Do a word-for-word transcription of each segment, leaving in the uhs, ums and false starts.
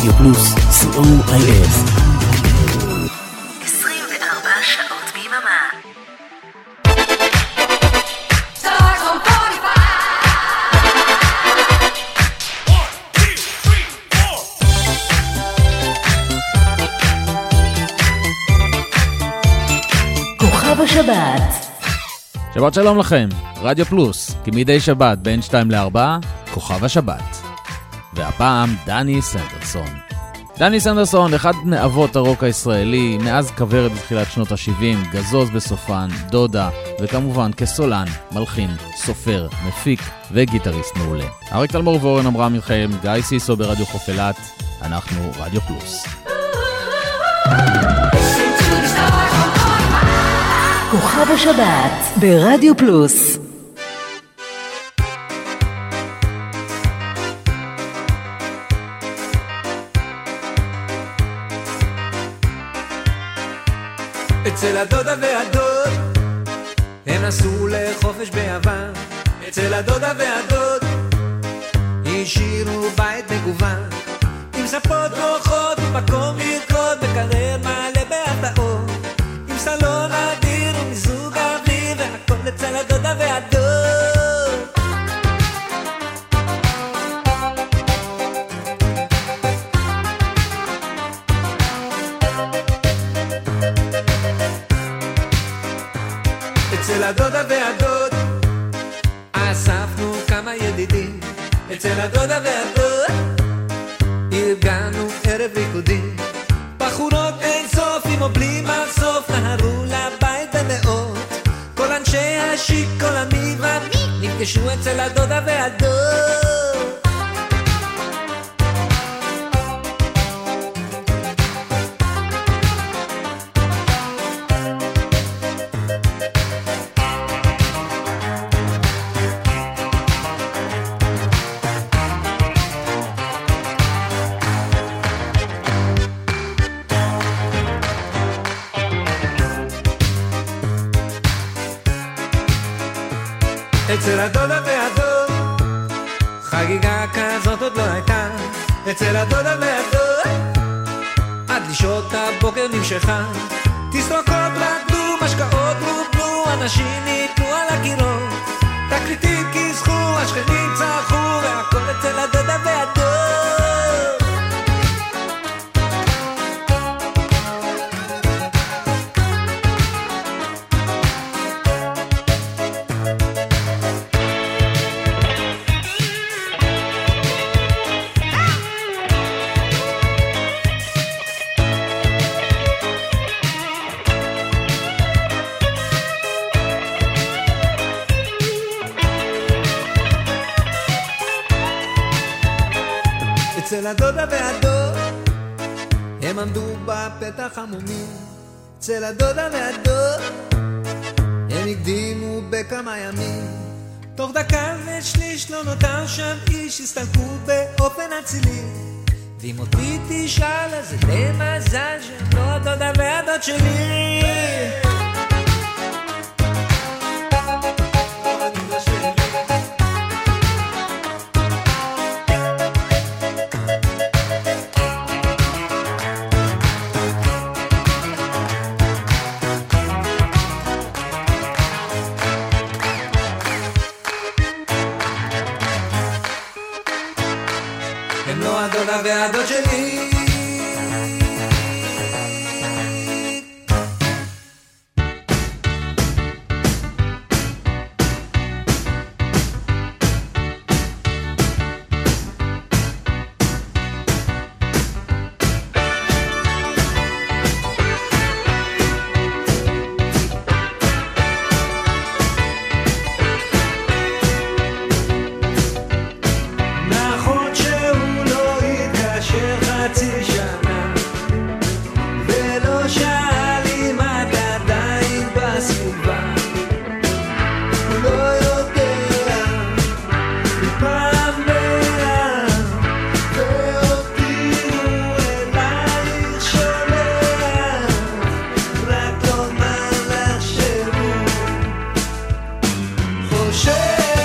רדיו פלוס, סי או איי אס. עשרים וארבע שעות ביממה. כוכב השבת. שבת שלום לכם, רדיו פלוס, כמדי שבת בין שתיים לארבע, כוכב השבת. והפעם דני סנדרסון. דני סנדרסון, אחד מאבות הרוק הישראלי, מאז כברת בתחילת שנות ה-שבעים, גזוז בסופן, דודה, וכמובן כסולן, מלחין, סופר, מפיק וגיטריסט מעולה. אריק תלמור ואורן אמרם איתכם, גיא סיסו ברדיו חופלת, אנחנו רדיו פלוס. כוכב השבת ברדיו פלוס. אצל הדודה והדוד הם נסעו לחופש ביוון. אצל הדודה והדוד השאירו בית מגוון עם ספות נוחות ומקום לרקוד בקרר מלא בהפתעות עם סלון אדיר ומיזוג אוויר והכל אצל הדודה והדוד. אצל הדודה והדוד אספנו כמה ידידים. אצל הדודה והדוד ארגנו ערב ריקודים. בחורות אין סוף עם או בלי מסוף נהרו לבית במאות. כל אנשי השיק, כל המי ומי נפגשו אצל הדודה והדוד. אצל הדודה והדוד חגיגה כזאת עוד לא הייתה. אצל הדודה והדוד עד לשעות הבוקר נמשכה. תסרוקות רקדו, משקאות רוקנו, אנשים ניתנו על הקירות, תקליטים כיסחו, השכנים צרחו, והכל אצל הדודה והדוד. אצל הדודה והדוד הם עמדו בפתח המומים. אצל הדודה והדוד הם הקדימו בכמה ימים. תוך דקה ושליש לא נותר שם איש, הסתלקו באופן אצילי. ואם אותי תשאל אז זה די מזל שהם לא הדודה והדוד שלי. הם לא הדודה והדוד שלי.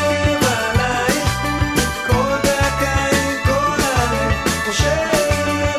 חושב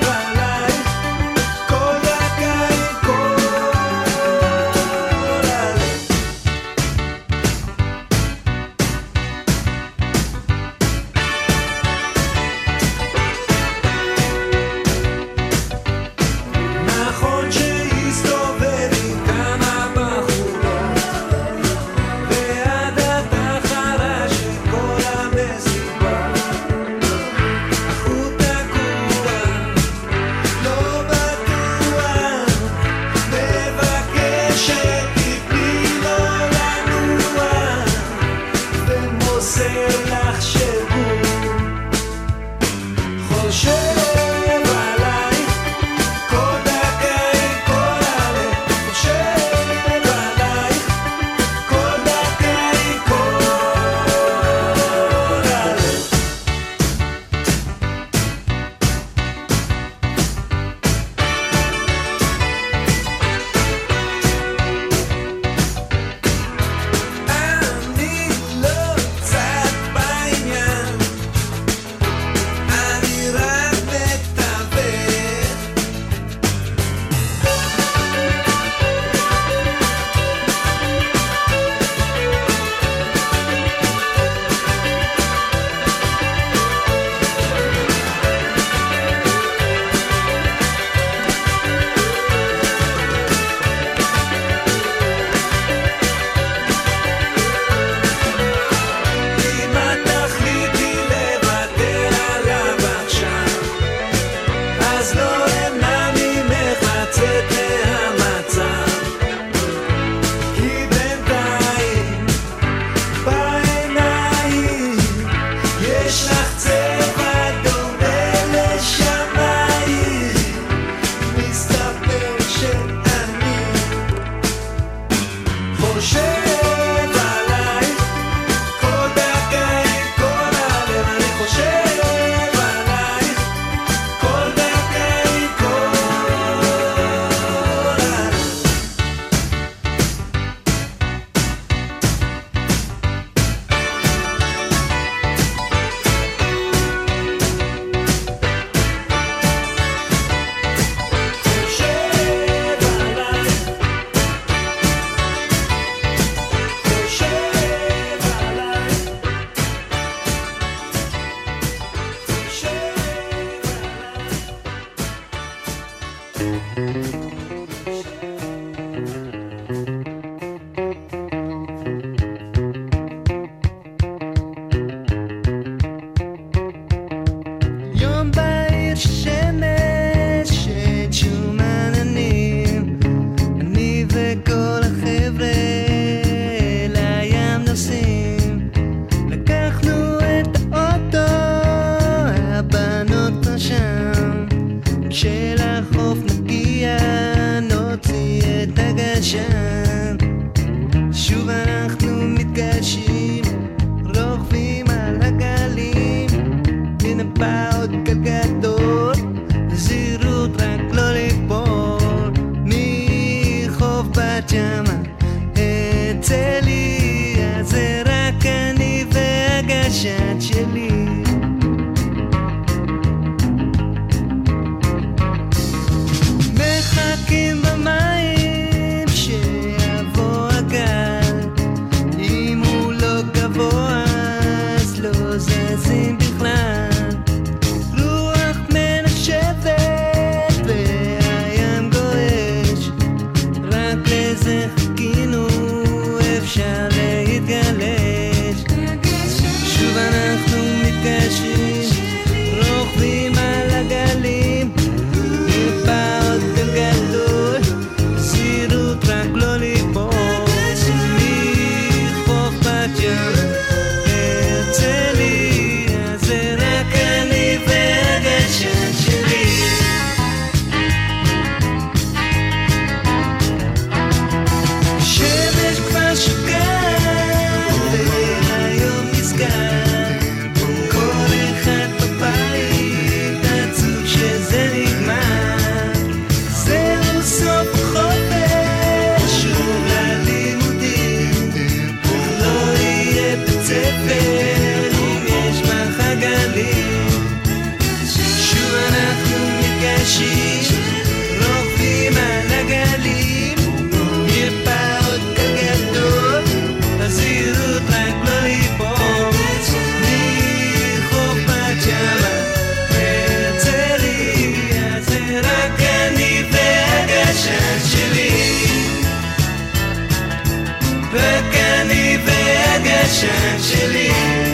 השם שלי.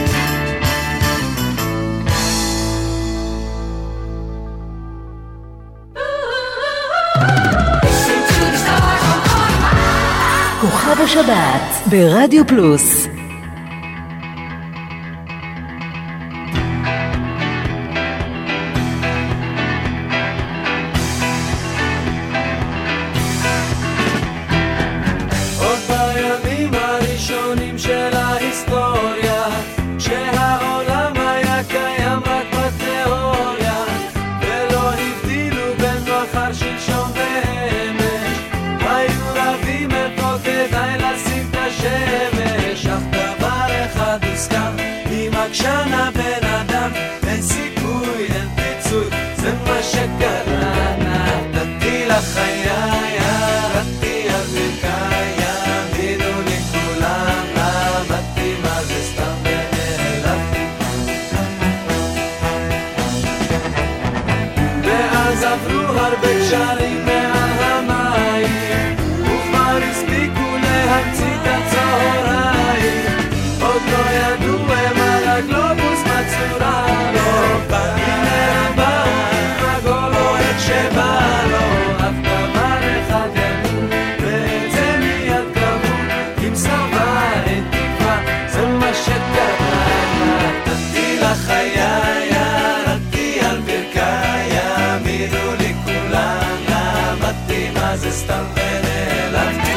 כוכב השבת ברדיו פלוס. עוד בימים הראשונים של ההיסטוריה, שהעולם היה קיים רק בתיאוריה, ולא הבדילו בין מחר שלשום ואמש, היו רבים איפה כדאי לשים את השמש, אך דבר אחד הוסכם, אם עקשן הבן אדם, אין סיכוי, אין פיצוי, זה מה שקרה. נתתי לחיי, ירדתי על ברכיי, יאמינו לי כולם, למדתי מה זה סתם ונעלבתי. ואז עברו הרבה קשרים מעל המים, וכבר הספיקו להמציא את הצהריים, עוד לא ידעו הם על הגלובוס בצורה, לא באתי מהבית, עגול או איך שבא לו, אף דבר אחד ידעו, ואת זה מיד קבעו, אם סרבה אין תקווה, זה מה שקרה. נתתי לחיי, ירדתי על ברכיי, יאמינו לי כולם, למדתי מה זה סתם ונעלבתי.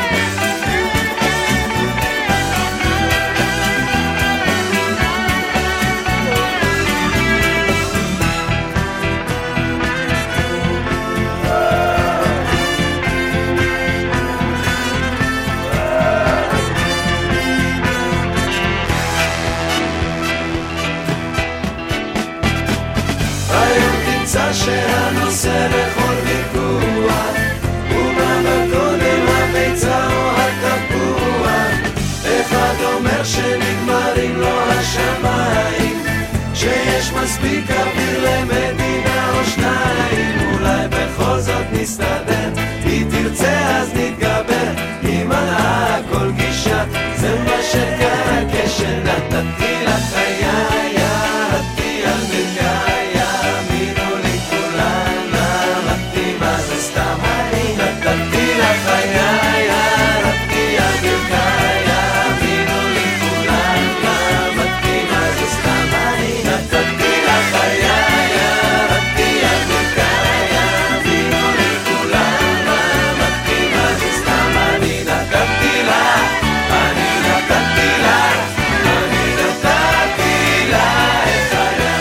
היום תמצא שהנושא בכל ויכוח הוא מה קודם הביצה או התפוח. אחד אומר שנגמרים לו השמיים, שיש מספיק אוויר למדינה או שניים, אולי בכל זאת נסתדר, היא תרצה אז נתגבר, היא מנעה כל גישה, זה מה שקרה כשנתתי לחיי, ירדתי על ברכיי, יאמינו לי כולם, למדתי מה זה סתם. נתתי לחיי, ירדתי על ברכיי, יאמינו לי כולם, למדתי מה זה סתם. נתתי לחיי, ירדתי על ברכיי, יאמינו לי כולם, למדתי מה זה סתם. אני נתתי לה, אני נתתי לה, אני נתתי לה את חיי.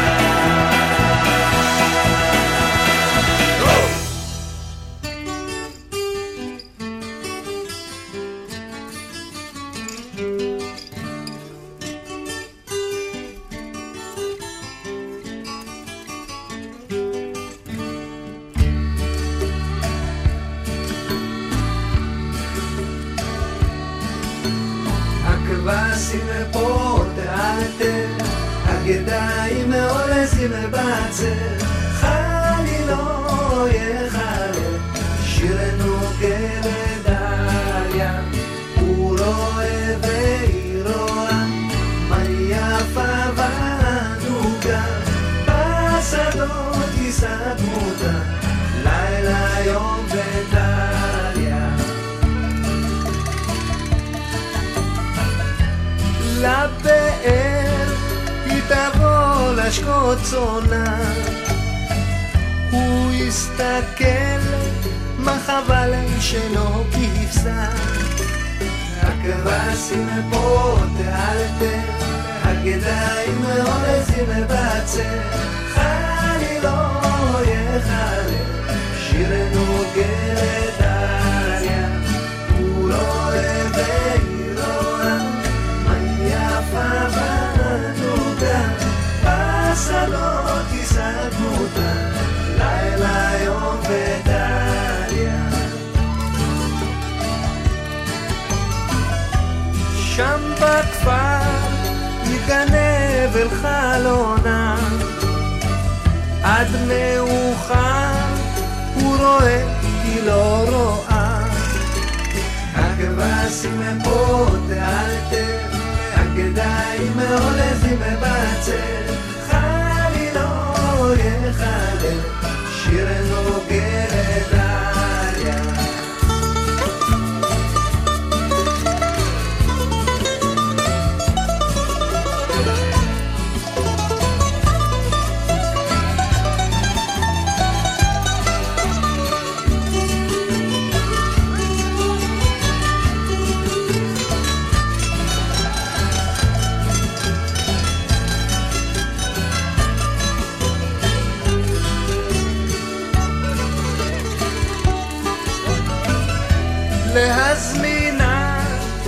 הכבשים לפורט אלתר, הגדיים מעולזים לבצר, חלי לא יחלם, שירנו גלדליה, הוא רואה והיא רואה, מה יפה ונוגה, בשדות יסתמותה, לילה יום ודליה. לבאר היא תבוא לשקוט צונה, הוא יסתכל מה חבל שלא כבשה. הכבשים פה תאלתר, הגדיים מעולזים לבצר, חלי לא יחלם, שירנו גלדליה, הוא רואה והיא רואה, יפה ונוגה, בשדות יסתמותה, לילה יום ודליה. שם בכפר מתגנב אל חלונה, עד מאוחר הוא רואה היא לא רואה. הכבשים הם פה תאלתר, הגדיים מעולזים בבצל, חלי לא יחלל, שיר נוגרת דליה. להזמינה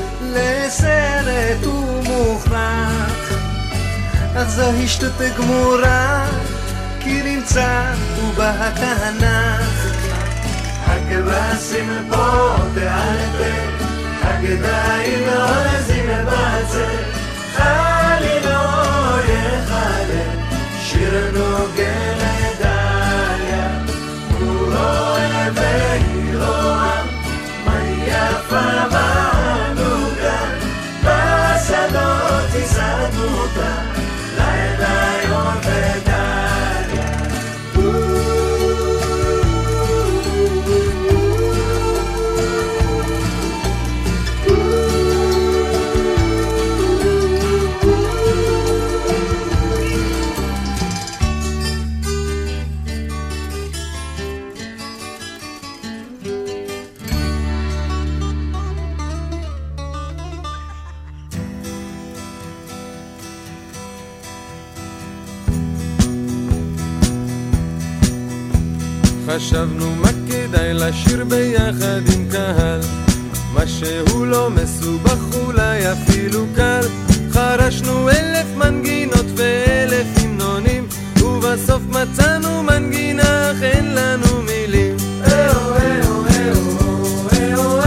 לסרט ומוכרח, אך זו השתות גמורה, כי נמצא ובהתנך. הכבשים פה תעלת, הגדיים מעולזים בבצל, חלי לא יחלל, שיר נוגע לדליה. הוא רואה והיא רואה, יפה בענוגה, בשדות יסעדו אותה, לילה יום ודליה. חשבנו מה כדאי לשיר ביחד עם קהל, מה שהוא לא מסובך אולי אפילו קל. חרשנו אלף מנגינות ואלף המנונים, ובסוף מצאנו מנגינה אך אין לנו מילים. אהו אהו אהו אהו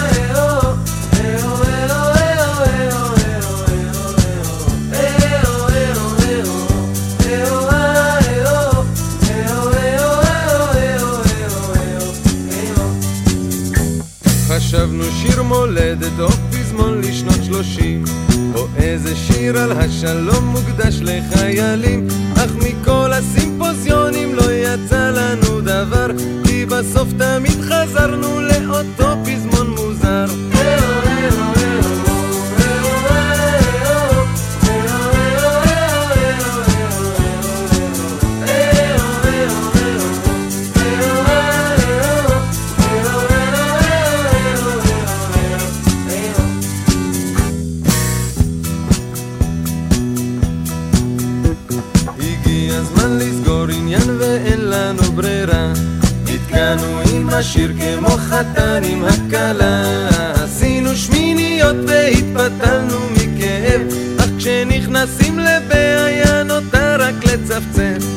חשבנו שיר מולדת או פזמון לשנות שלושים, או איזה שיר על השלום מוקדש לחיילים, אך מכל הסימפוזיונים לא יצא לנו דבר, כי בסוף תמיד חזרנו לאותו פזמון מוזר. ואין לנו ברירה, התקענו עם השיר כמו חתן עם הקלה, עשינו שמיניות והתפתלנו מכאב, אך כשנכנסים לבעיה נותר רק לצפצף.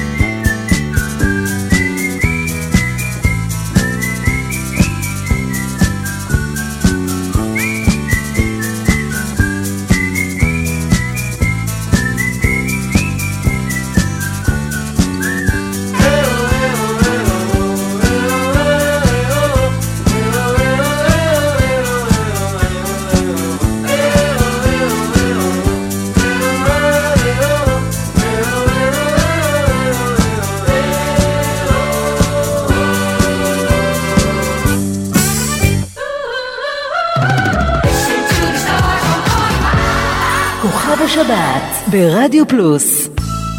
כוכב השבת ברדיו פלוס.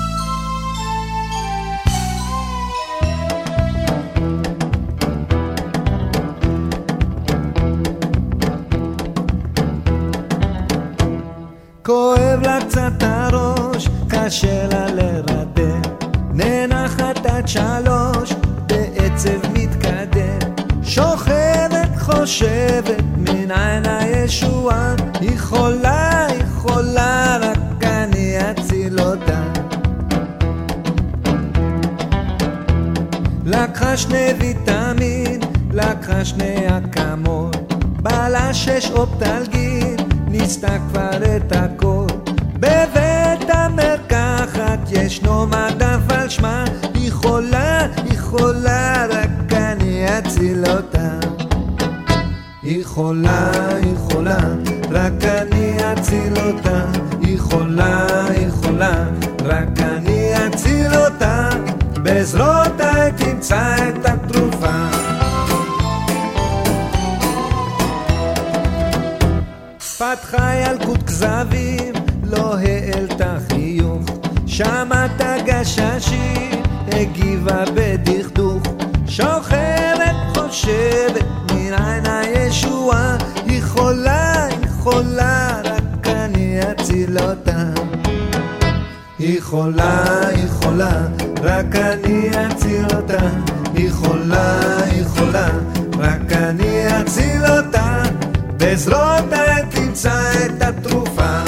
כואב לה קצת הראש, קשה לה לרדם, ננחת עד שלוש, בעצב מתקדם, שוכבת חושבת מניין הישועה, היא חולה, היא חולה, רק אני אציל אותה. לקחה שני ויטמין, לקחה שני אקמול, בעלה שש אופטלגין, ניסתה כבר את הכל. בבית המרקחת ישנו מדף על שמה, היא חולה, היא חולה, רק אני אציל אותה. היא חולה, היא חולה, רק אני אציל אותה. אותה, היא חולה, היא חולה, רק אני אציל אותה, בעזרותיי תמצא את התרופה. פתחה ילקוט כזבים, לא העלתה חיוך, שמעת גששי, הגיבה בדכדוך, שוחרת חושבת מניין הישועה, היא חולה, היא חולה, רק אני אציל אותה. היא חולה, היא חולה, רק אני אציל אותה. היא חולה, היא חולה, רק אני אציל אותה, בעזרותיי תמצא את התרופה.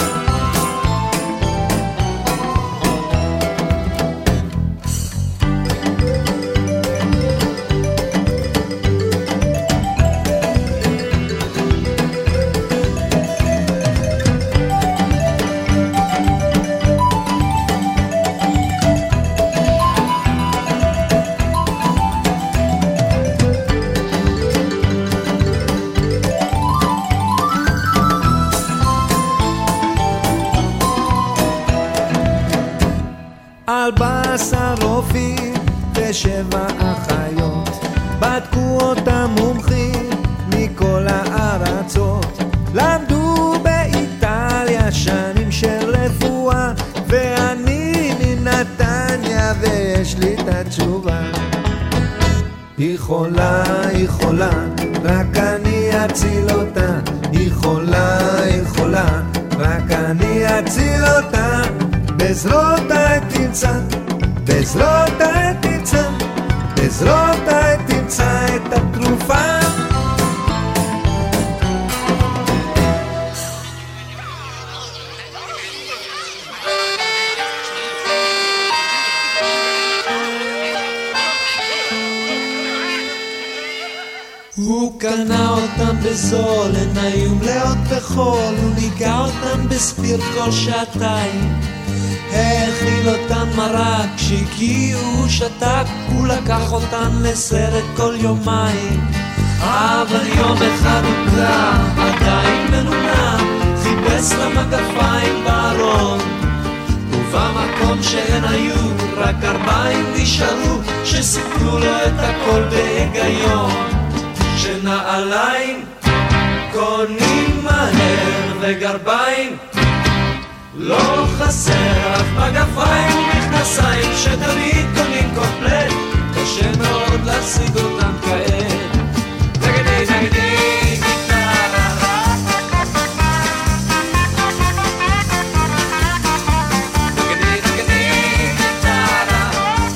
עשר רופאים ושבע אחיות, בדקו אותם מומחים מכל הארצות, למדו באיטליה שנים של רפואה, ואני מנתניה ויש לי את התשובה. היא חולה, היא חולה, רק אני אציל אותה. היא חולה, היא חולה, רק אני אציל אותה, בעזרותיי תמצא, בעזרותיי תמצא, בעזרותיי תמצא את התרופה. הוא קנה אותם בזול, הן היו מלאות בחול, הוא ניגע אותם בספיר כל שעתיים, האכיל אותן מרק, כשהגיעו הוא שתק, הוא לקח אותן לסרט כל יומיים. אבל יום אחד הוא קרא, עדיין מנונם, חיפש למגפיים בארון, ובמקום שהן היו, רק ארבעים נשארו, שסיפרו לו את הכל בהיגיון. שנעליים קונים מהר וגרביים לא חסר, אף מגפיים ומכנסיים שתמיד קונים קומפלט, קשה מאוד להשיג אותם כעת. נגדי נגדי גיטרה, נגדי נגדי גיטרה,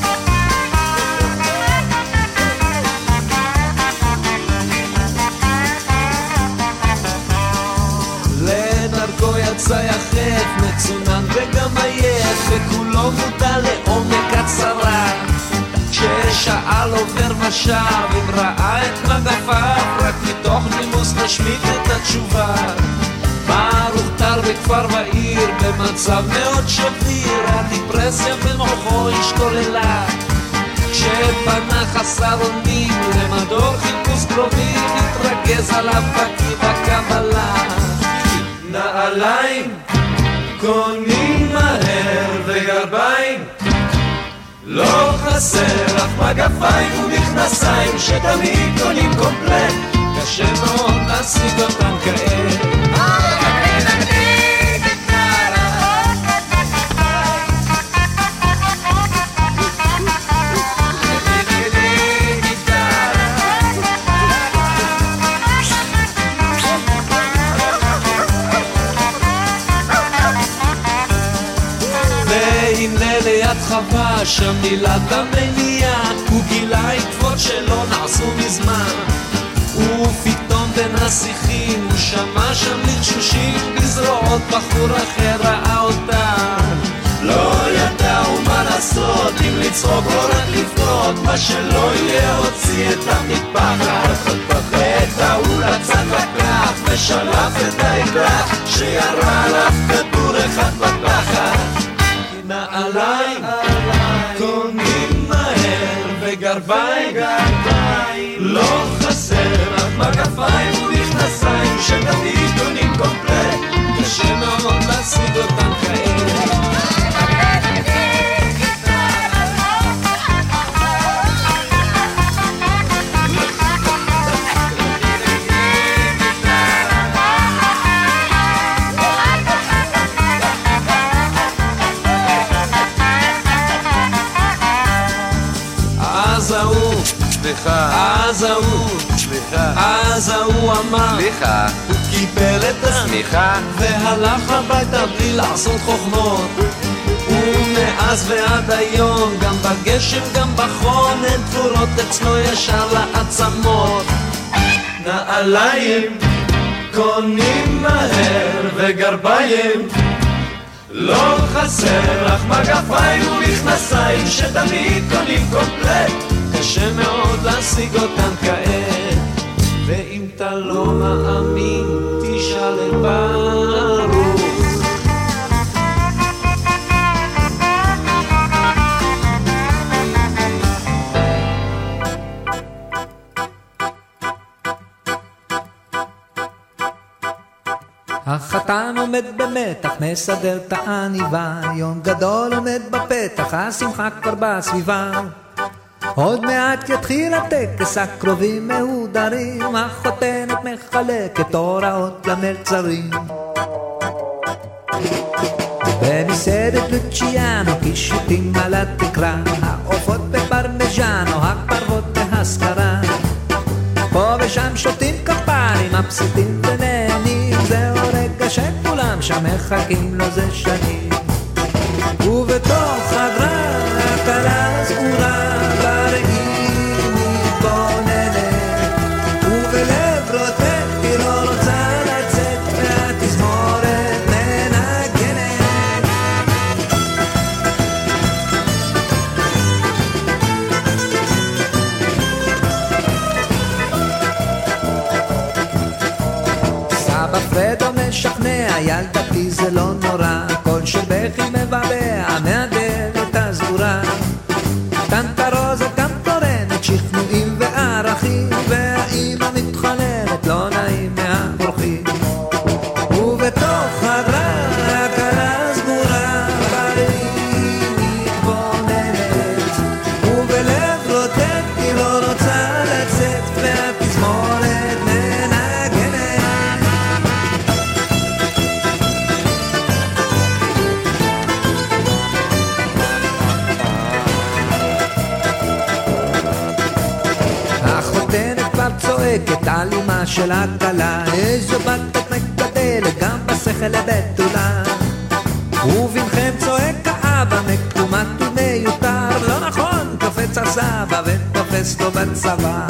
לדרכו יצא יחף, מצונן וגם עייף, וכולו מודע לעומק הצרה. כששאל עובר ושב אם ראה את מגפיו, רק מתוך נימוס נשמיט את התשובה. ברוך טר בכפר ועיר במצב מאוד שביר, הדיפרסיה במוחו השתוללה. כשפנה חסר אונים למדור חיפוש קרובים, התרכז עליו בקיא בקבלה. נעליים קונים מהר וגרביים לא חסר, אף מגפיים ומכנסיים שתמיד קונים קומפלט, קשה מאוד להשיג אותם כעת. חווה שם מילת המניעה, הוא גילה עקבות שלא נעשו מזמן, ופתאום בין השיחים הוא שמע שם לחשושים בזרועות, בחור אחר ראה אותה, לא ידע ומה לעשות, אם לצחוק או רק לפנות, מה שלא יהיה הוציא את המטפחת, את ההוא לצד לקח ושלף את האקלח שירה עליו כדור אחד בפחד. נעליים קונים מהר וגרביים לא חסר, אף מגפיים ומכנסיים שתמיד קונים קומפלט, קשה מאוד אז ההוא, סליחה, אז ההוא, סליחה, אז ההוא אמר, סליחה, הוא קיבל את הסמיכה והלך הביתה בלי לעשות חוכמות. ומאז ועד היום, גם בגשם גם בחום, הן תפורות אצלו ישר לעצמות. נעליים קונים מהר וגרביים לא חסר, אך מגפיים ומכנסיים שתמיד קונים קומפלט, קשה מאוד להשיג אותם כעת. ואם אתה לא מאמין תשאל את ברוך. החתן עומד במתח, מסדר את העניבה, יום גדול עומד בפתח, השמחה כבר בסביבה. עוד מעט יתחיל הטקס, הקרובים מהודרים, החותנת מחלקת הוראות למלצרים. במסעדת לוציאנו קישוטים על התקרה, העופות בפרמיז'אנו, הפרוות בהשכרה. פה ושם שותים כפיים, מבסוטים ונהנים, זהו רגע שכולם שם מחכים לו זה שנים. ובתוך חדרה הכלה סגורה, בראי מתבוננת, ובלב רוטט היא לא רוצה לצאת, והתזמורת מנגנת. סבא פרדו משכנע, ילדתי זה לא נורא, כל שבכי מבבע מהדלת הסגורה. טנטה רוזה גם תורנת שכנועים וערכים, והאימא מתחננת לא נעים מהבורחים. ובתוך חדרה הכלה סגורה, בראי מתבוננת, ובלב רוטט היא לא רוצה לצאת, והתזמורת מנגנת. החותנת כבר צועקת על אימה של הכלה, איזו בת את מקדלת גם בשכל לבתולה. ובנכם צועק האבא מקומט ומיותר, לא נכון, קופץ הסבא ותופס לו בצבא.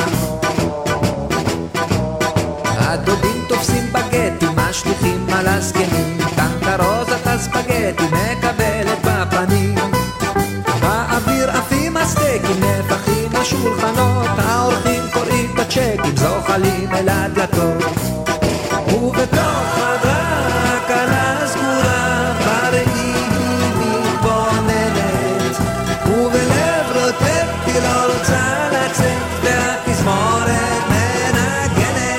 הדודים תופסים בגטים, משליחים על הסגנים, טנטה רוזת הספגטי מקבלת בפנים. באוויר עפים הסטייקים, נפחים לשולחנות, האורחים קוראים בצ'קים, זוחלים אל הדלתות. ובתוך חדרה הכלה סגורה, בראי מתבוננת, ובלב רוטט היא לא רוצה לצאת, והתזמורת מנגנת.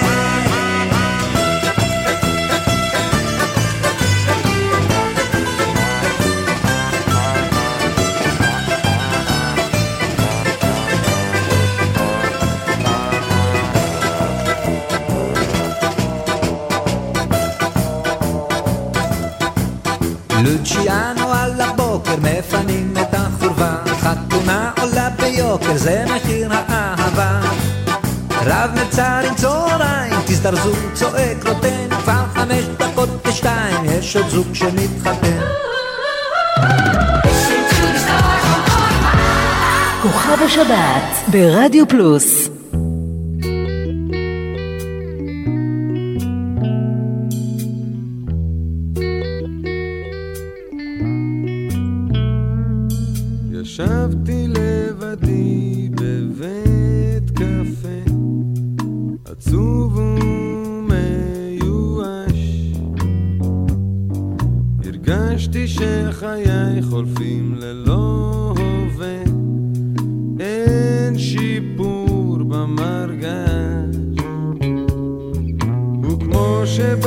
לוציאנו על הבוקר מפנים את החורבה, חתונה עולה ביוקר זה מחיר האהבה. רב מצר עם צהריים תזדרזו צועק רוטן, כבר חמש דקות לשתיים יש עוד זוג שמתחתן. כוכב השבת ברדיו פלוס. ישבתי לבדי בבית קפה, עצוב ומיואש, הרגשתי שחיי חולפים ללא הווה, אין שיפור במרגש, וכמו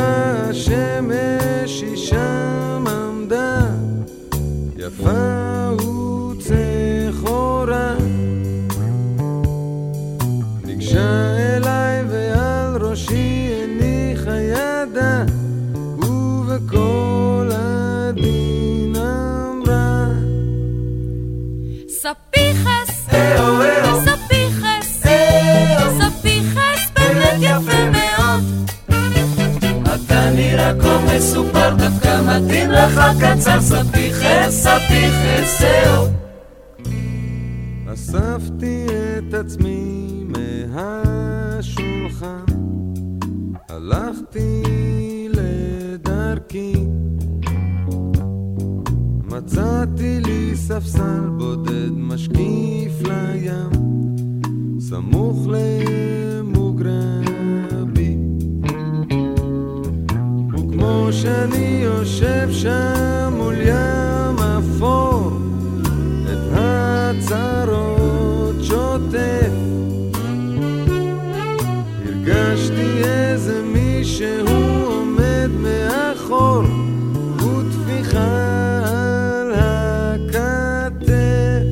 שבשמש היא שם עמדה, יפה וצחורה, ניגשה אליי ועל ראשי הניחה ידה, ובקול עדין אמרה, ספיחס, אהו אהו, ספיחס, ספיחס, זהו. אספתי את עצמי מהשולחן, הלכתי לדרכי, מצאתי לי ספסל בודד משקיף לים, סמוך למוגרבי, וכמו שאני יושב שם מול ים אפור, את הצרות שוטף, הרגשתי איזה מישהו עומד מאחור וטפיחה על הכתף.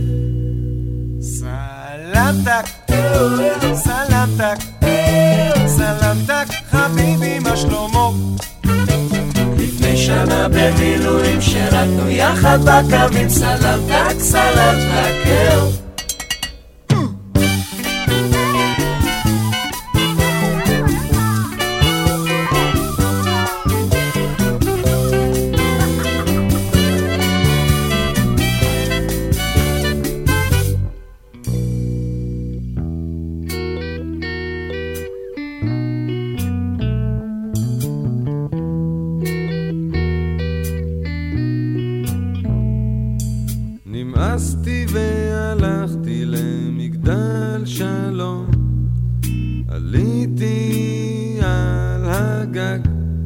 סלמתק, סלמתק, סלמתק, חביבי מה שלמה. לפני שנה במילואים שרתנו יחד בקווים, סלמתק, סלמתק, נמאסתי והלכתי למגדל שלום, עליתי על הגג,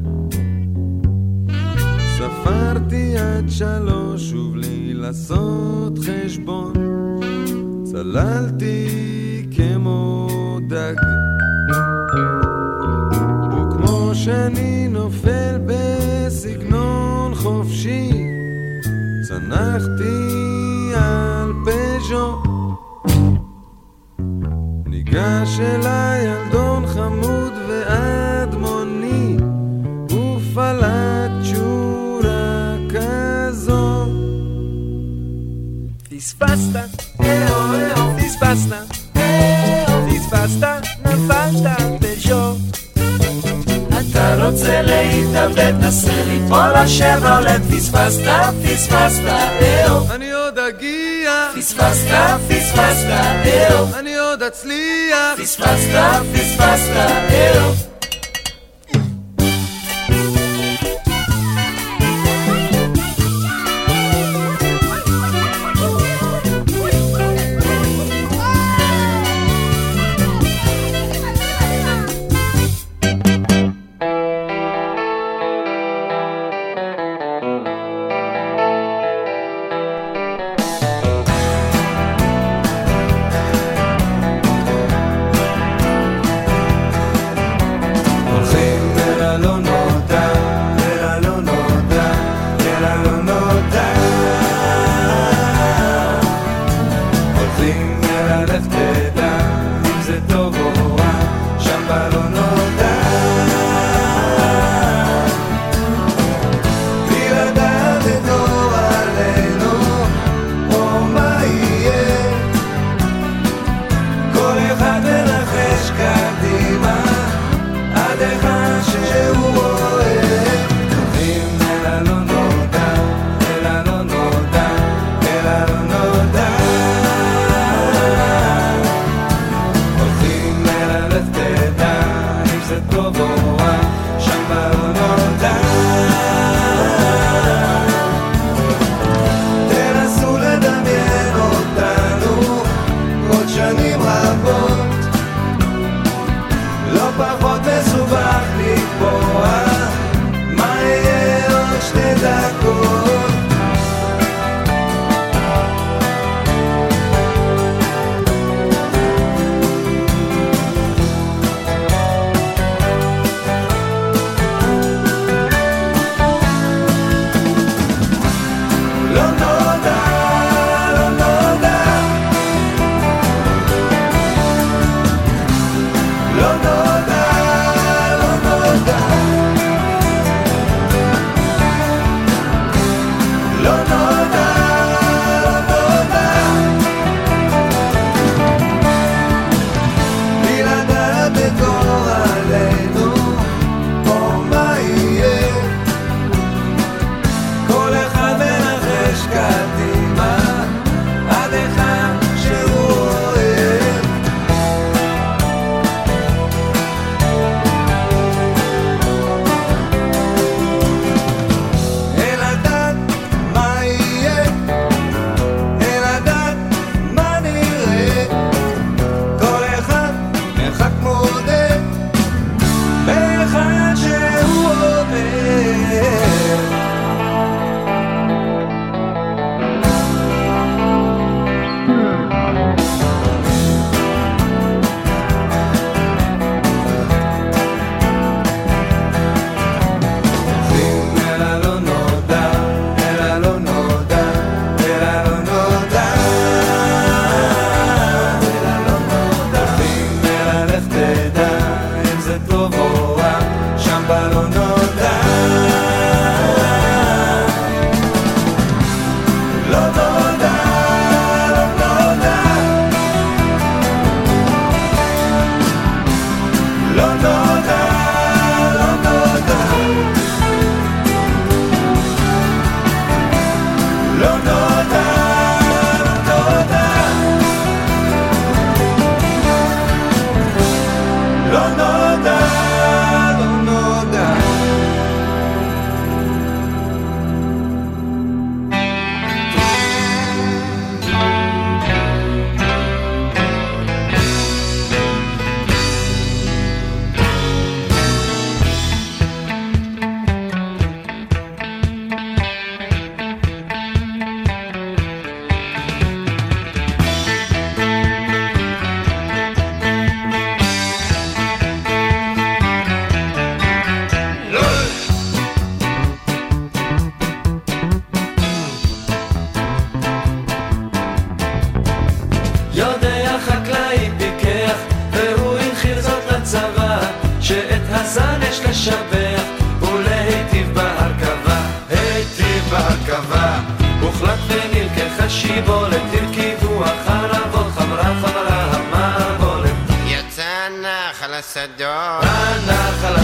ספרתי עד שלוש שוב לי לעשות חשבון, צללתי כמו דג, וכמו שאני נופל בסגנון חופשי, צנחתי על פז'ו, ניגש אליי ילדון חמוד ואדמוני, ופלט שורה כזו. פספסת, פספסת, פספסת, נפלת פז'ו. אתה רוצה להתאבד, נסה ליפול השברולט, פספסת, פספסת, אני עוד אגיע, פספסת, פספסת, אני עוד אצליח, פספסת, פספסת,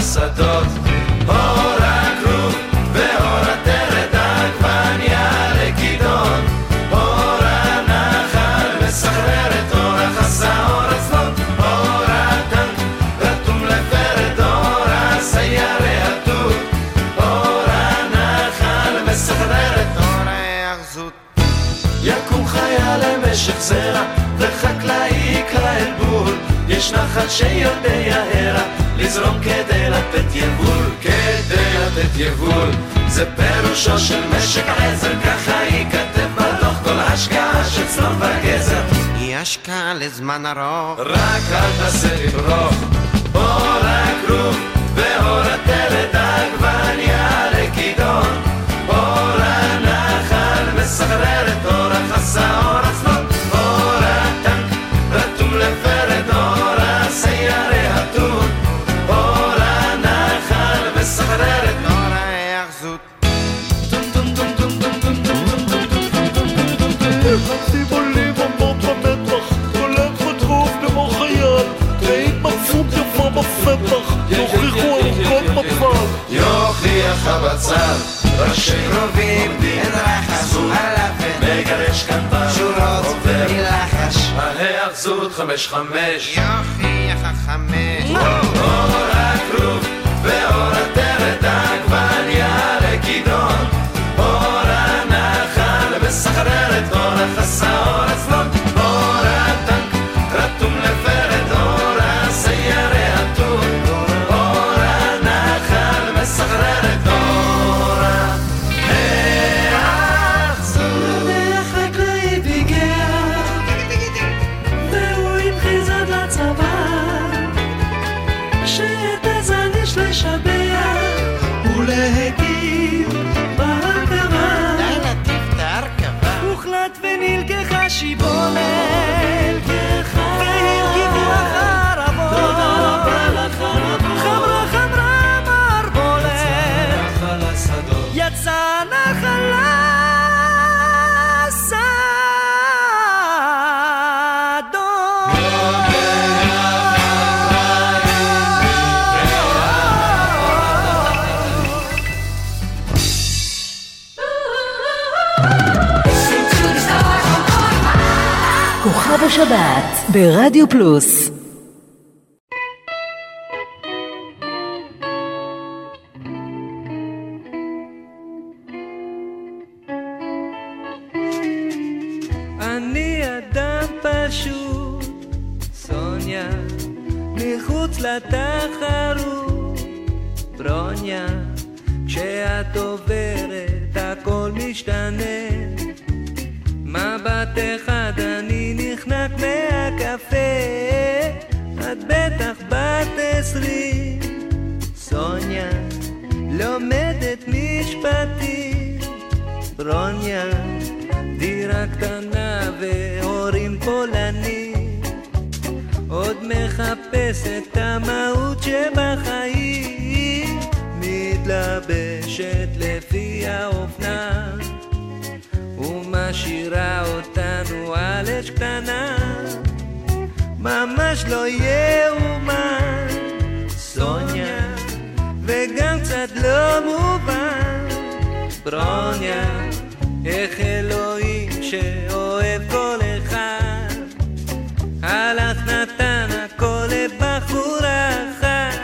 השדות, אור הכרוב ואור הטרד העגבניה לכידון, אור הנחל מסחרר את אור החסה, אור הצלון, אור הטנק רתום לפרד, אור הסיירי התות, אור הנחל מסחרר את אור ההאחזות. יקום חיה למשך זרע וחקלאי יקרא אל בול, יש נחל שיודע הרע לזרום כדי לתת יבול, כדי לתת יבול, זה פירושו של משק עזר, ככה ייכתב בדוח כל השקעה של צלון וגזר, היא השקעה לזמן ארוך, רק אל תעשה לברוך, אור הכרוב ואור הטרד העגבניה לכידון, אור הנחל מסחרר את אור החסה, אור הצלון, אור הטנק רתום לפרד, אור הסיירי התות, אור הנחל מסחרר את אור ההאחזות. חצים עולים עמות במטח, הולך ודרוף כמו חייל, והתמצאות יפה בפתח, יוכיחו ארוכות בצל, יוכיח הבצל, ראשי רובים אין רחש, הלפן מגרש כנפן, שורות מלחש, ההאחזות חמש חמש, יוכיח החמש, אור הכרוב ואור הטרד העגבניה לכידון, אור הנחל מסחרר את אור החסה, אור הצלון, אור הטנק רתום לפרד, אור הסיירי התות, אור הנחל מסחרר את אור ההאחזות. החקלאי ביגר והוא המחיז עד לצבא, שאת הזן יש לשבח ולהקים בהרכבה, די לטיף את ההרכבה, הוחלט ונלקחה שיבולת והרכיבו החרבות, תודה רבה לחרבות, חמרה חמרה מערבולת, נחל השדות, יצא נחל כוכב השבת ברדיו פלוס. אני אדם פשוט, סוניה, מחוץ לתחרות, ברוניה, כשאת עוברת הכל משתנה, מבט אחד אני נחנק מהקפה, את בטח בת עשרים, סוניה, לומדת משפטים, ברוניה, דירה קטנה והורים פולנים, עוד מחפשת את המהות שבחיים, מתלבשת לפי האופנה ומשאירה אותנו על אש קטנה, ממש לא יאומן, סוניה, וגם קצת לא מובן, ברוניה, איך אלוהים שאוהב כל אחד הלך נתן הכל לבחור אחת.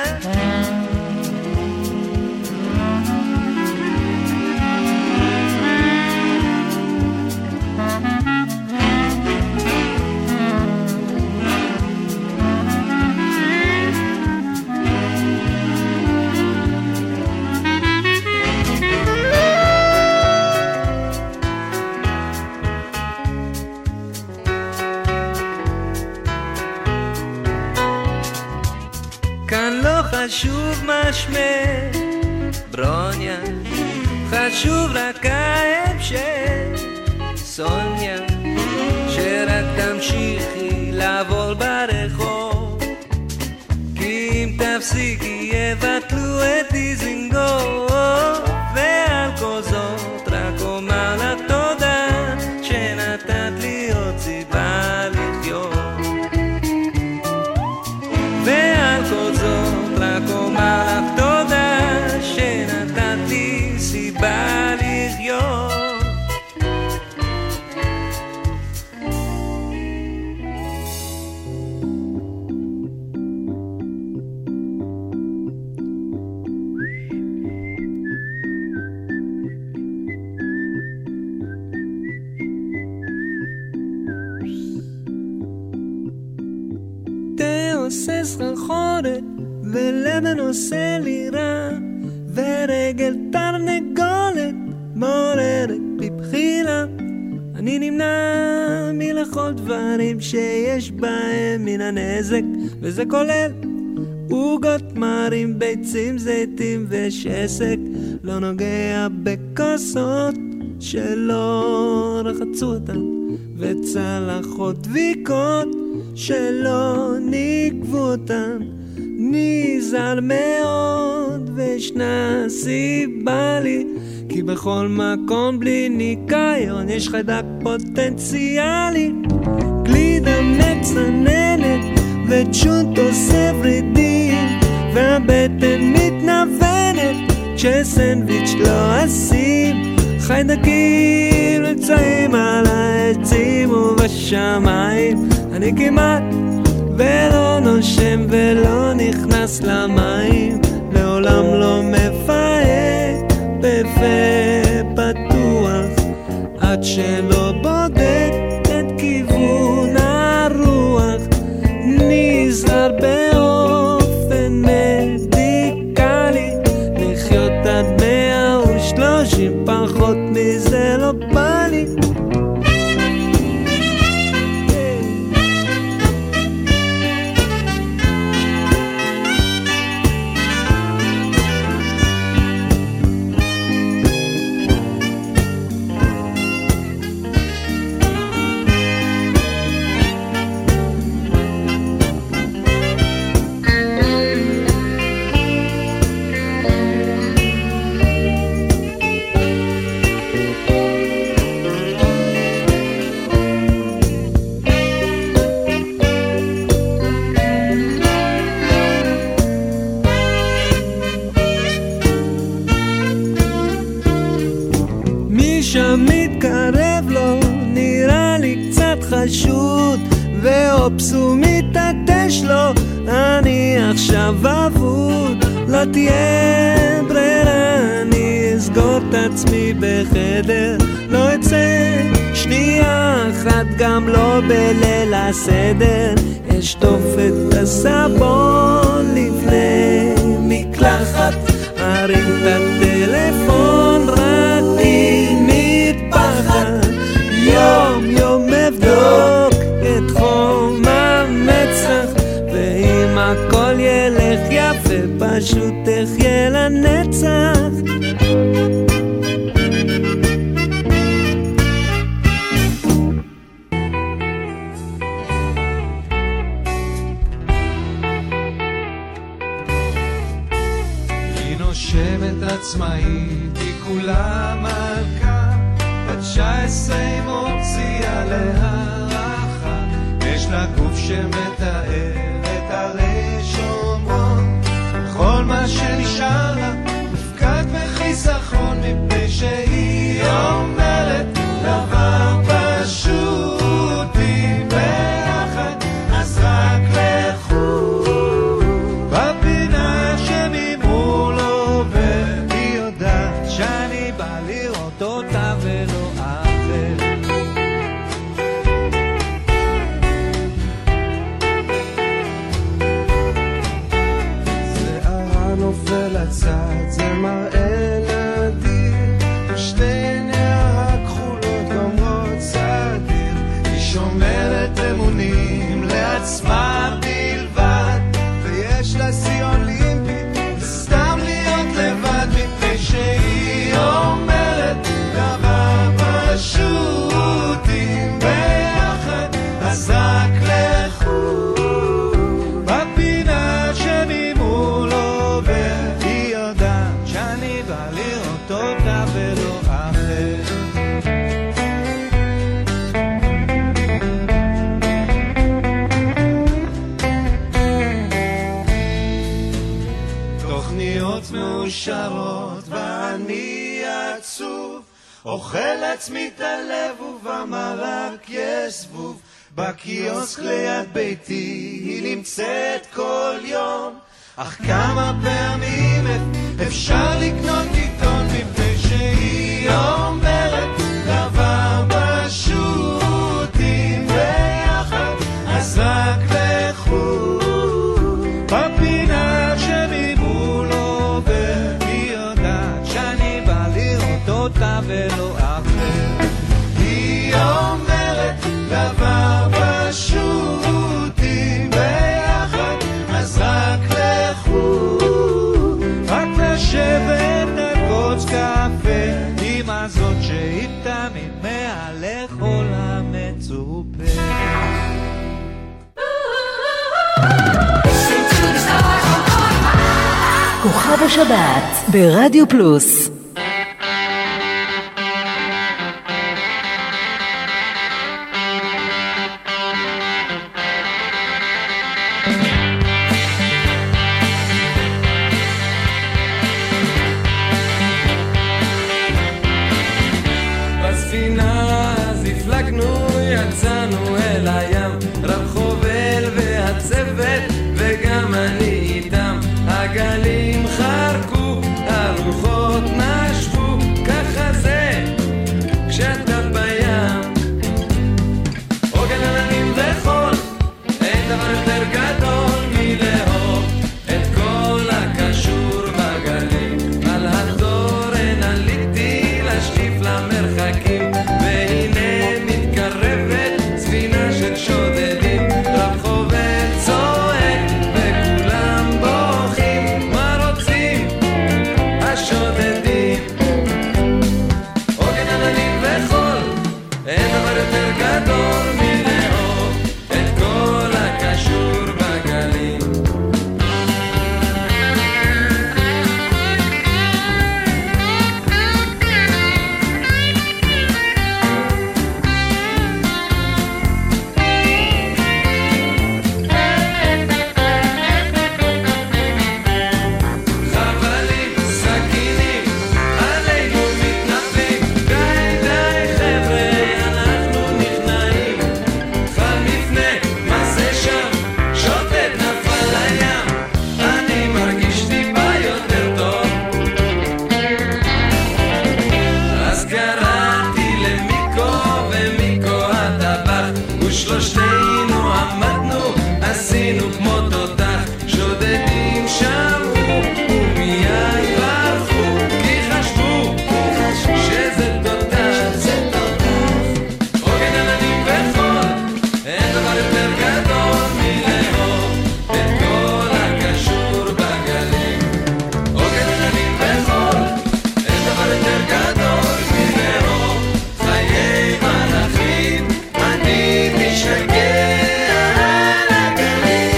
כאן לא חשוב מה שמך, ברוניה, חשוב רק ההמשך, סוניה, שרק תמשיכי לעבור ברחוב, כי אם תפסיקי יבטלו את דיזינגוף, ועל כל זאת רק אומר לך תודה שנתת לי עוד סיבה לחיות, ועל כל זאת רק אומר עושה סחרחורת ולבן עושה לי רע ורגל תרנגולת מעוררת בבחילה. אני נמנע מלכל דברים שיש בהם מן הנזק, וזה כולל עוגות, מרים, ביצים, זיתים ושסק. לא נוגע בכוסות שלא רחצו אותן, וצלחות דביקות שלא נקבו אותן. נזהר מאוד וישנה סיבה לי, כי בכל מקום בלי ניקיון יש חיידק פוטנציאלי. גלידה מצננת וצ'וט עושה ורידים, והבטן מתנוונת כשסנדוויץ' לא אשים. חיידקים נמצאים על העצים ובשמיים, אני כמעט ולא נושם ולא נכנס למים, לעולם לא מפהק בפה פתוח עד שלא בודק את כיוון הרוח. נזהר באופן מדיקלי לחיות עד מאה ושלושים, פחות מזה לא בא לי. חשוד ואופסו מתעטש לו, אני עכשיו אבוד, לא תהיה ברירה, אני אסגור את עצמי בחדר, לא אצא שנייה אחת, גם לא בליל הסדר. אשטוף את הסבון לפני מקלחת, ארים את הטלפון רק מפחד, יום יום אבדוק את חום המצח, ואם הכל ילך יפה פשוט תחיה לנצח. היא נושמת עצמאית, היא כולה מלכה, בת תשע עשרה היא מוציאה להערכה, יש לה גוף שמתאר את הרי שומרון, כל מה שנשאר לה מפקד וחיסכון, מפני שהיא אומרת דבר פשוט, אם ביחד אז רק לכו בפינה שממול עובר, היא יודעת שאני בא לראות אותה ולא אחר. שערה נופל לצד, זה מראה נדיר, שתי עיניה הכחולות גומרות סדיר, היא שומרת אמונים לעצמה בלבד, ויש לה שיא אולימפי סתם להיות לבד, מפני שהיא אומרת דבר פשוט, אם ביחד אז רק לכו בפינה שממול עובר, היא יודעת שאני בא לראות אותה ולא אחר. תוכניות מאושרות ואני עצוב, אוכל עצמי את הלב ובמרק יש זבוב, בקיוסק ליד ביתי היא נמצאת כל יום, אך כמה פעמים אפשר לקנות עיתון, מפני שהיא אומרת דבר פשוט, אם ביחד אז רק לכו שהיא תמיד מהלך כל המצופה. כוכב השבת ברדיו פלוס. בספינה אז הפלגנו, יצאנו אל הים, רב חובל והצוות וגם אני איתם. הגלים חרקו, הרוחות נשבו, ככה זה כשאתה בים. עוגן עננים וחול, אין דבר יותר גדול מלאהוב את כל הקשור בגלים. על התורן עליתי לשקיף למרחקים, והנה מתקרבת ספינה של שודדים. רב חובל צועק וכולם בוכים, מה רוצים השודדים? עוגן עננים וחול, אין דבר יותר גדול מלאהוב את כל הקשור בגלים. חבלים, סכינים, עלינו מתנפלים, די די חבר'ה, אנחנו נכנעים. חל מפנה, מה זה שם? שוטט נפל לים, אני מרגיש טיפה יותר טוב. אז קראתי למיקו ומיקו הטבח, ושלושתנו עמדנו, עשינו כמו תותח. שודדים שמעו ומיד ברחו, כי חשבו שזה תותח. עוגן עננים וחול, אין דבר יותר גדול מלאהוב את כל הקשור בגלים. עוגן עננים וחול, אין דבר יותר גדול מלאהוב חיי מלאכים. אני משתגע על הגלים.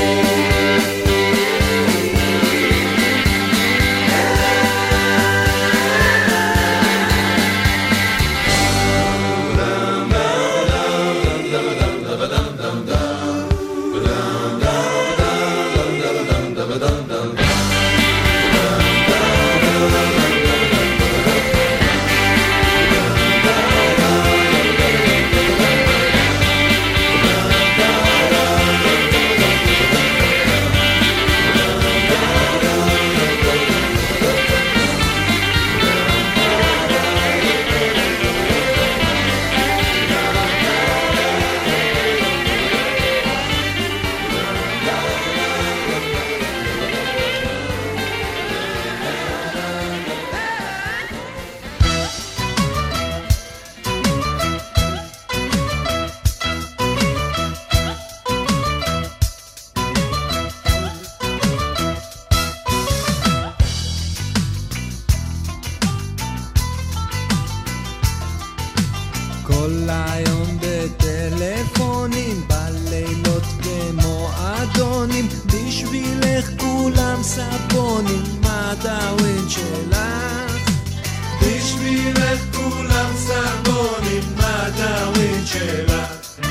כל היום בטלפונים, בלילות במועדונים, בשבילך כולם סבונים, מה דאווין שלך? בשבילך כולם סבונים, מה דאווין שלך?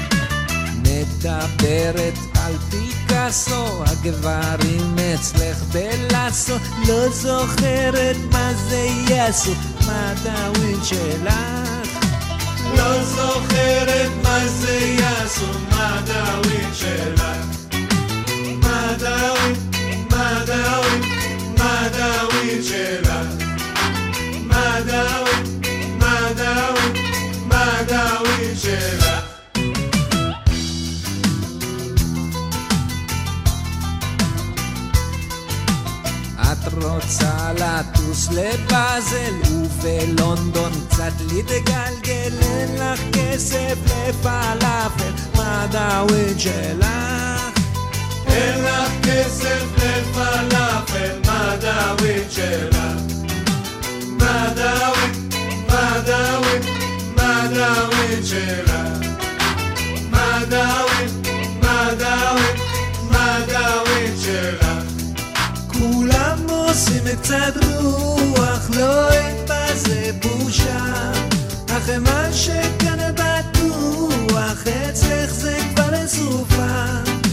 מדברת על פיקאסו, הגברים אצלך בלאסו, לא זוכרת מה זה יעשו, מה דאווין שלך? לא זוכרת מה זה יעשו, מה דאווין שלך? מה דאווין, מה דאווין, מה דאווין שלך? מה דאווין, מה דאווין, מה דאווין שלך? את רוצה לטוס לבאזל ובלונדון קצת להתגלגל, אין לך כסף לפלאפל, מה דאווין שלך? אין לך כסף לפלאפל, מה דאווין שלך? מה דאווין, מה דאווין, מדאווין שלה מדאווין, מדאווין, מדאווין שלה כולם עושים קצת רוח לא בזה בושה אך מה שכאן בטוח אצלך זה כבר לסופה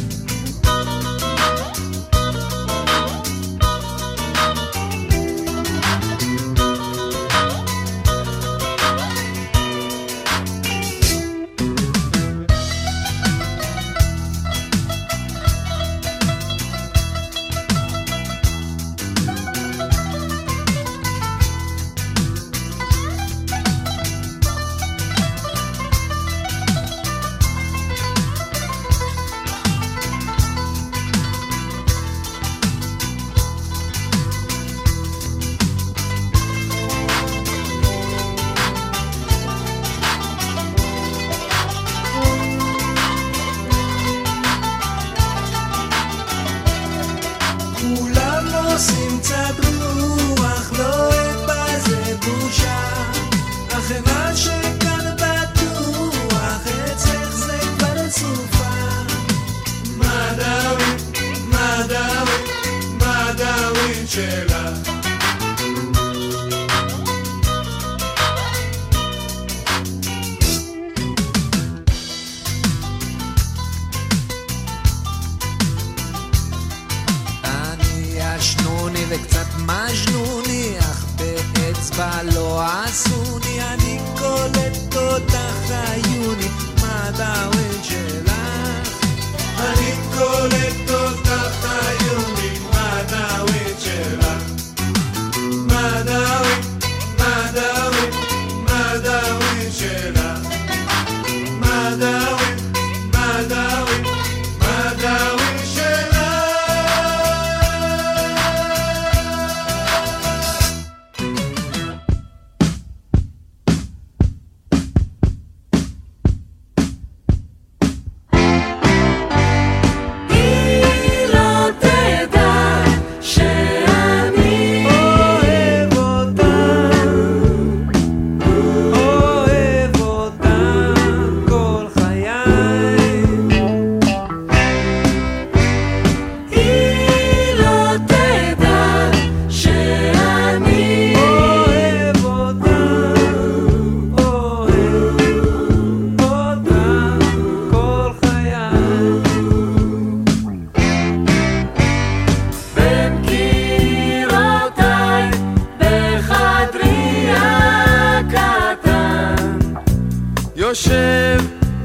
יושב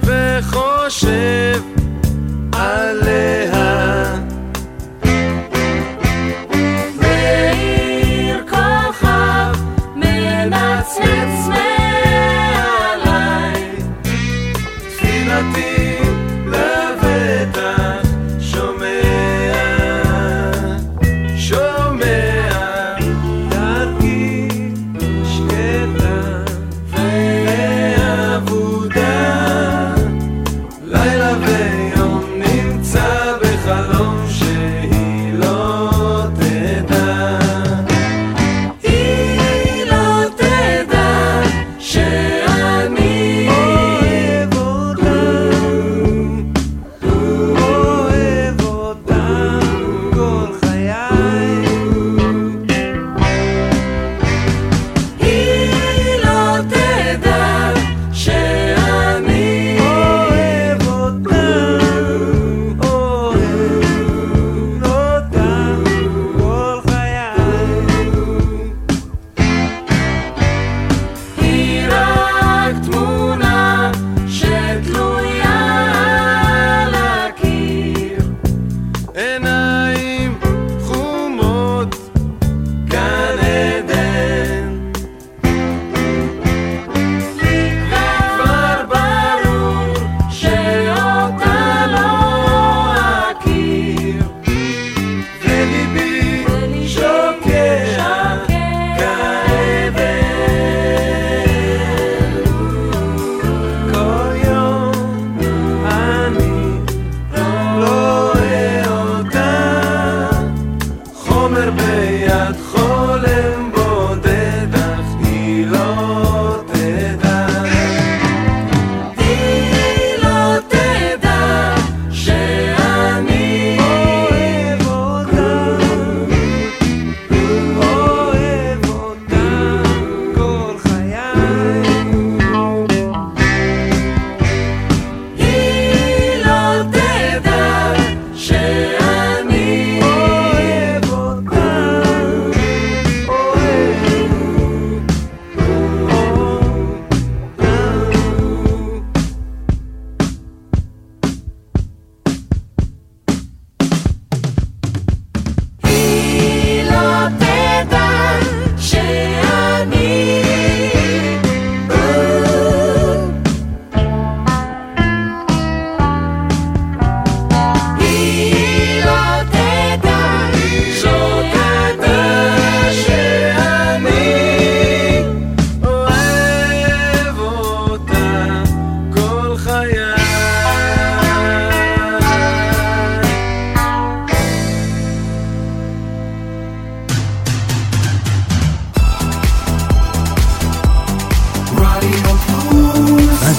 וחושב עליה מאיר כוכב מנצנץ מעליי תפילתי לבטח שומע שומע דרכי שקטה ואבודה לילה ו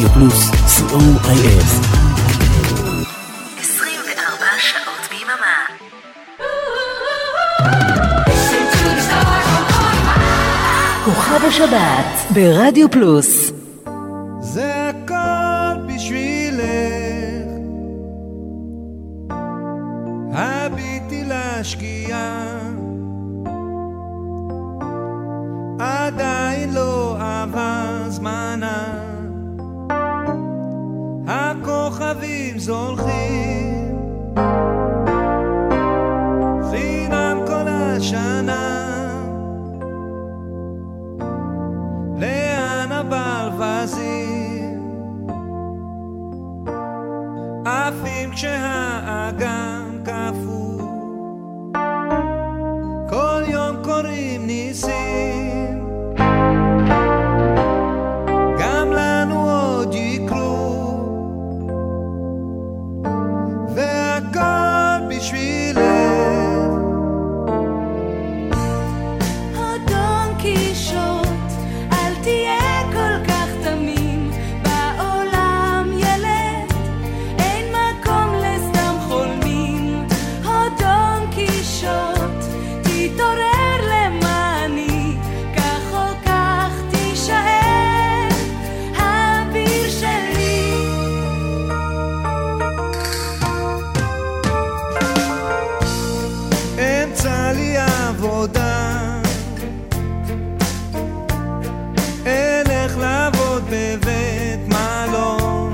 רדיו פלוס, סי או איי אס. עשרים וארבע שעות ביממה. כוכב השבת ברדיו פלוס. זה הכל בשבילך, הביטי לשקיעה, עדיין לא עבר זמנה, הכוכבים זולחים חינם כל השנה. לאן הברווזים עפים כשהאגם קפוא, כל יום קוראים ניסים, גם לנו עוד יקרו, והכל בשבילך. הדון קישוט, אל תהיה כל כך תמים, בעולם ילד, אין מקום לסתם חולמים. הדון קישוט, תתעורר למעני, כך או כך תישאר האביר שלי. אמצע לי עבודה, אלך לעבוד בבית מלון,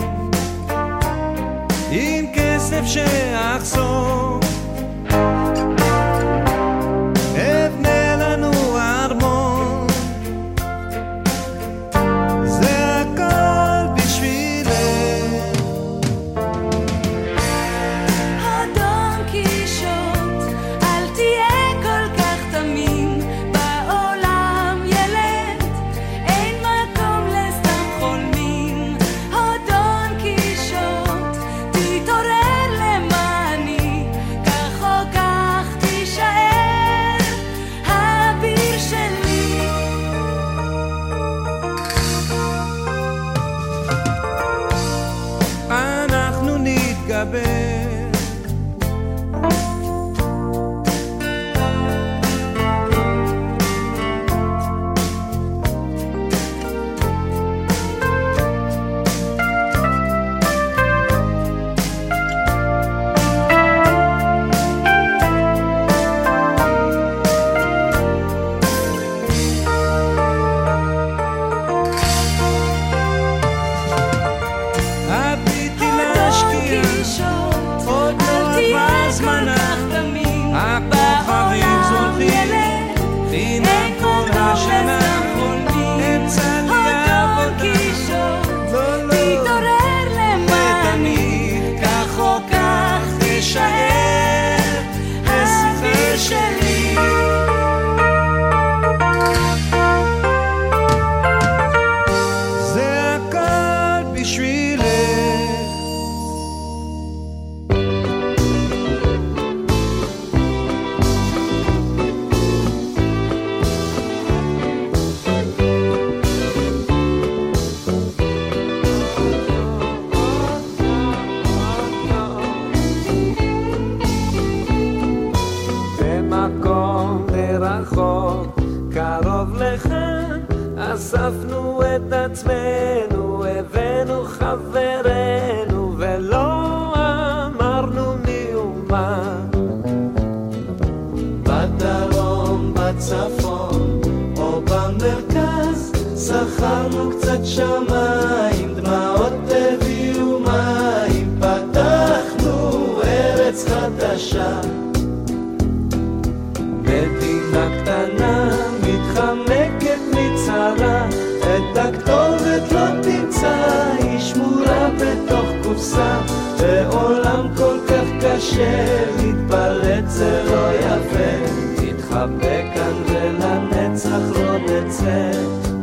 עם כסף שאחסור, אבנה לנו ארמון, זה הכל בשבילך. הדון קישוט, אל תהיה כל כך תמים, בעולם ילד, אין מקום לסתם חולמים. הדון קישוט, תתעורר למעני, כך או כך תישאר האביר שלי. אנחנו נתגבר, הביטי להשקיע, קישוט, עוד אל לא תהיה עבר כל זמנה, כך תמים, הכוכבים בעולם זולחים ילד, חינם אין כל מקום השנה. לסתם חולמים. אמצע לי הדון עבודה, קישוט, לא, לא, תתעורר למעני, ותמיד כך או כך תישאר האביר שלי. זה הכל בשבילך. במקום מרחוק, קרוב לכאן, אספנו את עצמנו, הבאנו חברנו, ולא אמרנו מי ומה. בדרום, בצפון, או במרכז, שכרנו קצת שמיים, דמעות הביאו מים, פתחנו ארץ חדשה. מדינה קטנה מתחמקת מצרה, את הכתובת לא תמצא, היא שמורה בתוך קופסה. בעולם כל כך קשה, להתפלט זה לא יפה, תתחבא כאן ולנצח לא נצא.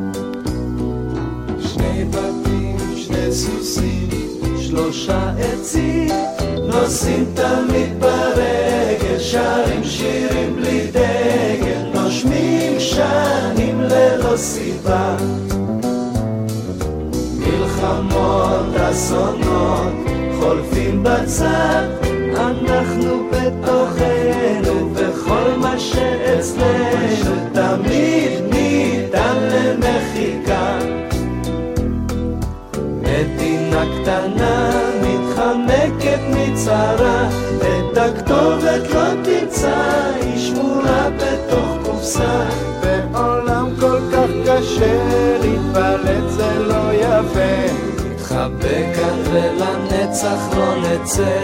שני בתים, שני סוסים, שלושה עצים, נוסעים תמיד ברגל, שרים שירים בלי דגל, נושמים שנים ללא סיבה. מלחמות מאות אסונות חולפים בצד, אנחנו בתוכנו, וכל מה שאצלנו תמיד ניתן למחיקה. מדינה קטנה מתחמקת מצרה, את הכתובת לא תמצא, היא שמורה בתוך קופסה. בעולם כל כך קשה להתפלט זה לא יפה, נתחבא כאן ולנצח לא נצא.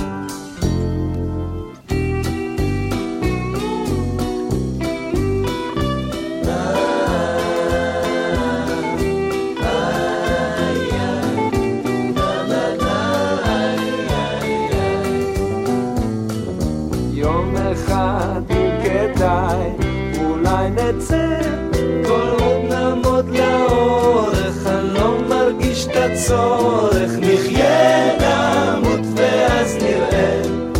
אולי נצא, כל עוד נעמוד לאורך, אני לא מרגיש את הצורך, נחיה נמות ואז נראה.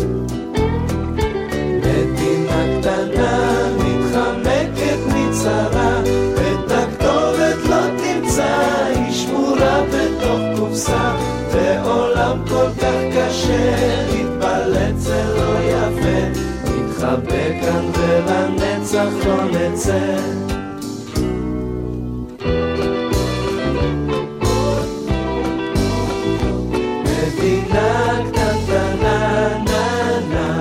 מדינה קטנה מתחמקת מצרה, את הכתובת לא תמצא, היא שמורה בתוך קופסה. בעולם כל כך קשה להתבלט זה לא יפה, נתחבא כאן ולנצח לא נצא. מדינה קטנה נה נה.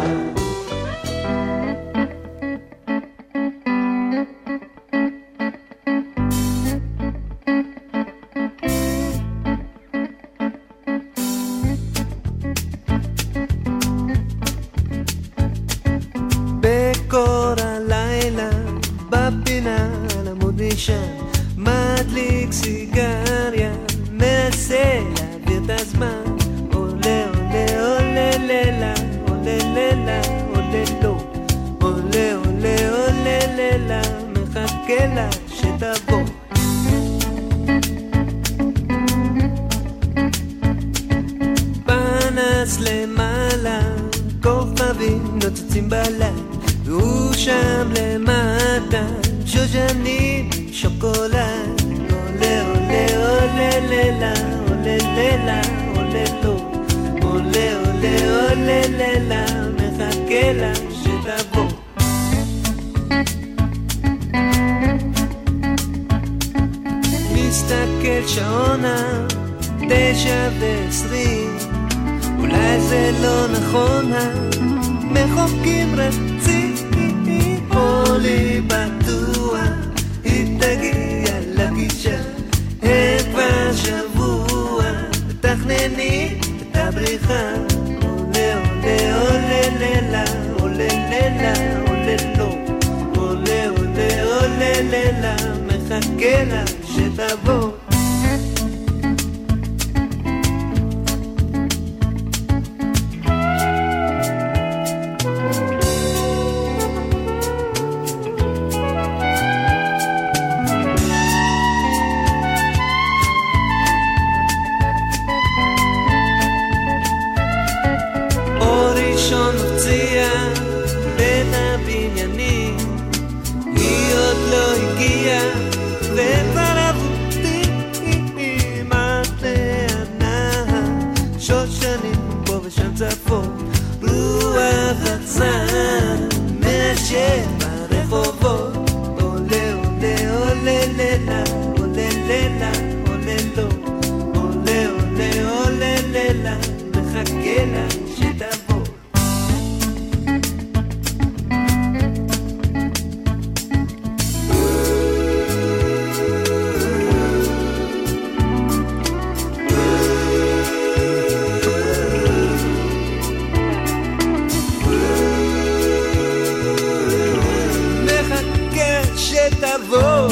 בקור הלילה בפינה למוד נשאר, מדליק סיגריה, מנסה להעביר את הזמן. עולה עולה עולה לילה, עולה לילה עולה לא, עולה עולה עולה לילה, מחכה לה שתבוא. פנס למעלה, כוכבים נוצצים בלילה, והוא שם למטה, שושנים, שוקולד. עולה עולה עולה לילה, עולה לילה עולה לא, עולה עולה עולה לילה, מחכה לה שתבוא. מסתכל שעונה, תשע ועשרים, אולי זה לא נכון, מחוקים רצים, עולי בטוח, היא תגיע לפגישה, הם כבר שבוע, מתכננים את הבריחה. עולה עולה עולה לילה, עולה לילה עולה לא, עולה עולה עולה לילה, מחכה לה שתבוא. בין הבניינים, היא עוד לא הגיעה וכבר עבודתי עד לענה, שושנים פה ושם צפון, רוח רצן מאשר ברחובות. עולה עולה עולה לילה, עולה לילה עולה לא, עולה עולה עולה לילה, מחכה לה שתבוא. שתבוא.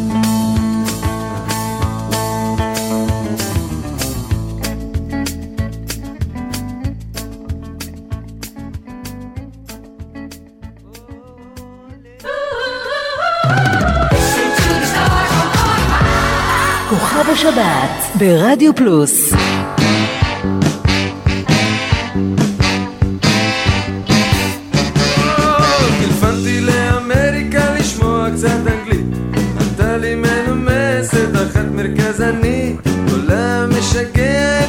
כוכב השבת ברדיו פלוס. טלפנתי לאמריקה לשמוע קצת אנגלית, ענתה לי מנומסת אחת מרכזנית, עולה משגע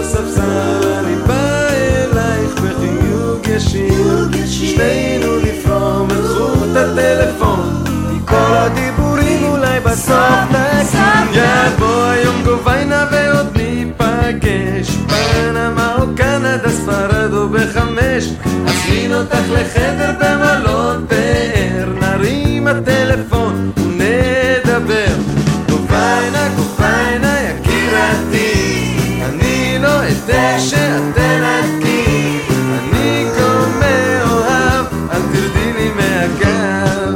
הספסל, אני בא אלייך בחיוג ישיר, שנינו לפרום את חוט הטלפון, כל הדיבורים אולי בסוף נגיד, יבוא היום גוביינה ועוד ניפגש, פנמה או קנדה, ספרד או בחמש, אזמין אותך לחדר במלון פאר, נרים הטלפון ונדבר, גוביינה גוביינה יקירתי, אני לא אתן שאת תנתקי, אני כה מאוהב, אל תרדי לי מהגב,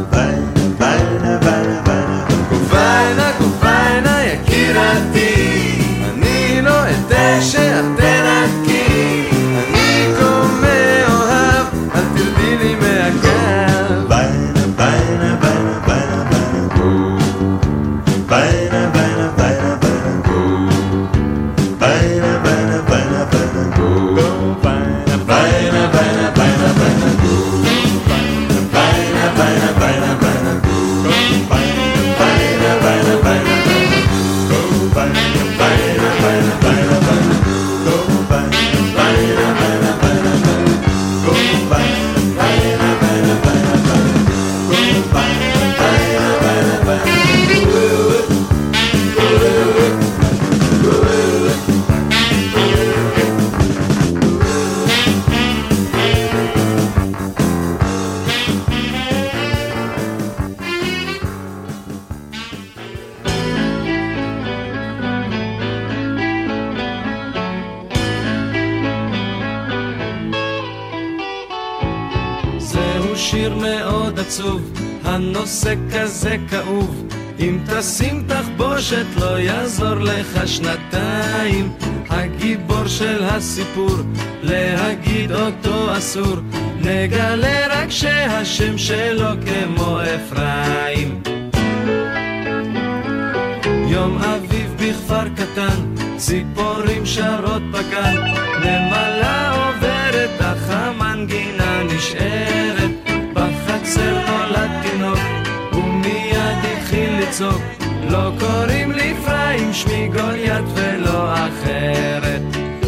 גוביינה גוביינה יקירתי, אני לא אתן שאת תנתקי, אני כה מאוהב, אל תרדי לי מהגב, ביינה ביינה ביינה ביינה ביינה גו, ביינה ביינה ביינה ביינה גו, ביינה ביינה ביינה ביינה גו, ביינה ביינה ביינה ביינה ביינה גו, ביינה ביינה ביינה ביינה גו, ביינה ביינה ביינה ביינה גו, ביינה ביינה ביינה ביינה ביינה גו, ביינה ביינה ביינה ביינה ביינה גו, ביינה ביינה ביינה ביינה גו, ביינה ביינה ביינה זהו שיר מאוד עצוב, הנושא כזה כאוב, אם תשים תחבושת לא יעזור לך שנתיים, הגיבור של הסיפור, להגיד אותו אסור, נגלה רק שהשם שלו כמו אפרים. יום אביב בכפר קטן, ציפורים שרות בגן, נמלה עוברת אך המנגינה נשארת, בחצר נולד תינוק ומיד התחיל לצעוק, לא קוראים לי אפרים, שמי גוליית ולא אחרת.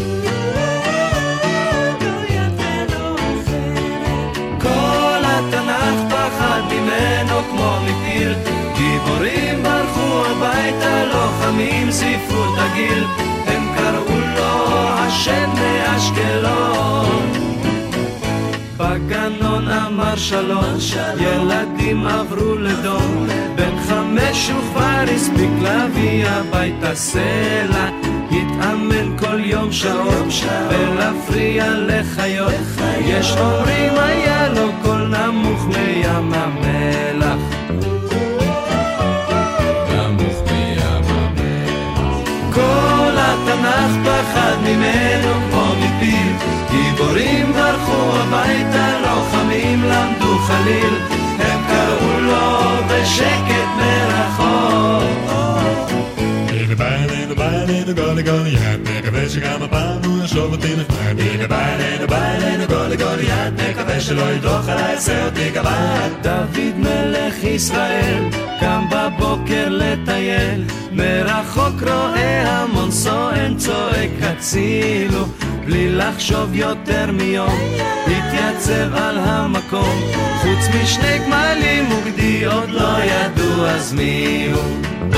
כל התנ"ך פחד ממנו כמו מפיר, גיבורים ברחו הביתה, לוחמים ספרו את הגיל, הם קראו לו השם מאשקלון. בגנון אמר שלום, ילדים עברו לדום, בן חמש וכבר הספיק להביא הביתה סלע, התאמן כל יום שעות ולהפריע לחיות, יש אומרים היה לו קול נמוך מים המלח, נמוך מים המלח. כל התנ"ך פחד ממנו כמו מפיל, גיבורים ברחו הביתה, לוחמים למדו חליל, הם קראו לו בשקט מרחוק. הנה ביין, הנה ביין, הנה גולי גוליית, מקווה שגם הפעם הוא ישוב אותי נחמד. הנה ביין, הנה ביין, הנה גולי גוליית, מקווה שלא ידרוך עליי, עשה אותי גבד. דוד מלך ישראל קם בבוקר לטייל, מרחוק רואה המון סואן צועק הצילו, בלי לחשוב יותר מיום, התייצב על המקום, חוץ משני גמלים וגדי עוד לא ידעו אז מי הוא.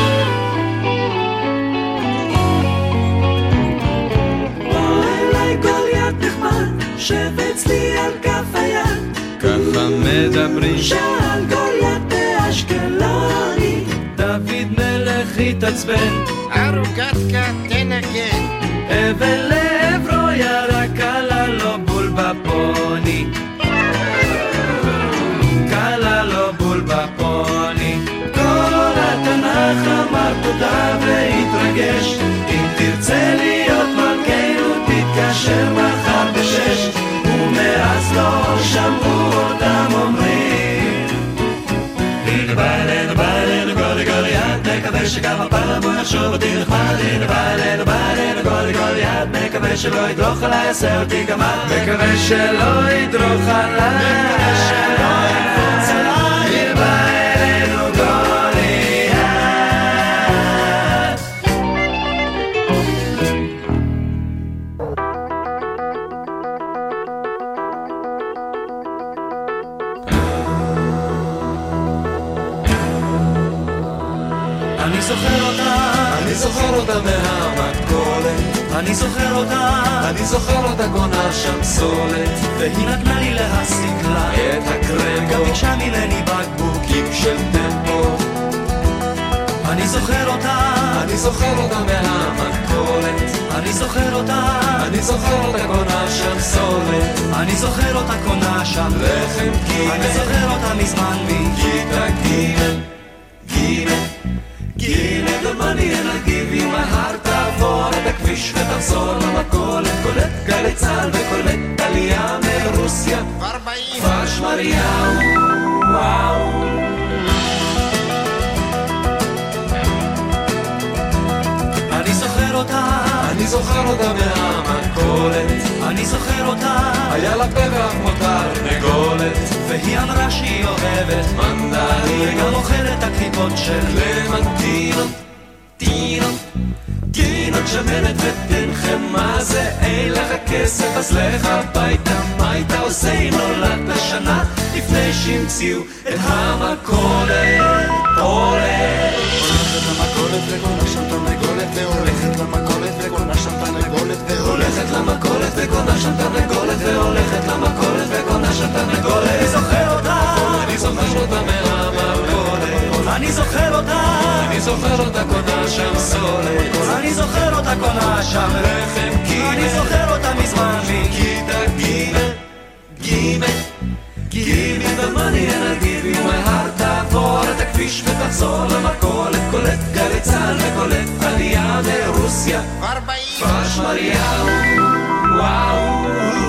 בוא אליי גוליית נחמד, שב אצלי על כף היד, ככה מדברים, שאל גוליית באשקלוני, דוד מלך התעצבן, ארוגתקה תנגן, אבל לעברו ירק עלה לו בול בפוני, קלה לו בול בפוני. כל התנ"ך אמר תודה והתרגש, אם תרצה להיות מלכנו תתקשר מחר בשש, ומאז לא שמעו אותם אומרים, הנה בא אלינו בא אלינו גולי גוליית, מקווה שגם הפעם הוא יחשוב אותי נחמד. הנה בא אלינו בא אלינו גולי גוליית, מקווה שלא ידרוך עליי, עשה אותי גמד, מקווה שלא ידרוך עליי, מקווה שלא יקפוץ עליי. הנה בא אלינו גוליית. אני זוכר אותה, אני זוכר אותה מהמכולת, אני זוכר אותה, אני זוכר אותה קונה שם סולת, והיא נתנה לי להשיג לה את הקרמבו, גם ביקשה ממני בקבוקים של טמפו. אני זוכר אותה, אני זוכר אותה מהמכולת, אני זוכר אותה, אני זוכר אותה קונה שם סולת, אני זוכר אותה קונה שם לחם גימל, אני זוכר אותה מזמן מכיתה גימל, גימל גימל. The money and I'll give you my heart, תעבור את הכביש ותחזור למכולת, קולט גלי צהל וקולט עלייה מרוסיה, כפר שמריהו, וואו. אני זוכר אותה, אני זוכר אותה מהמכולת, אני זוכר אותה, היה לה פרח מותר נגולת, והיא אמרה שהיא אוהבת מנדלים, וגם אוכלת הקליפות של למנטינות, טינות, טינות שמנת ותנחם, מה זה אין לך כסף אז לך הביתה, מה היית עושה אם נולדת שנה לפני שהמציאו את המכולת, הולך הולכת למכולת וקונה שם תרנגולת, והולכת למכולת וקונה שם תרנגולת, והולכת למכולת וקונה שם תרנגולת, והולכת למכולת וקונה שם תרנגולת. אני זוכר אותה, אני זוכר אותה מהמכולת, אני זוכר אותה, אני זוכר אותה קונה שם סולת, אני זוכר אותה קונה שם לחם גימל, אני זוכר אותה מזמן מכיתה גימל, גימל גימל. The money and I'll give you my heart, תעבור את הכביש ותחזור למכולת, קולט גלי צהל וקולט עלייה מרוסיה, כפר שמריהו, וואו.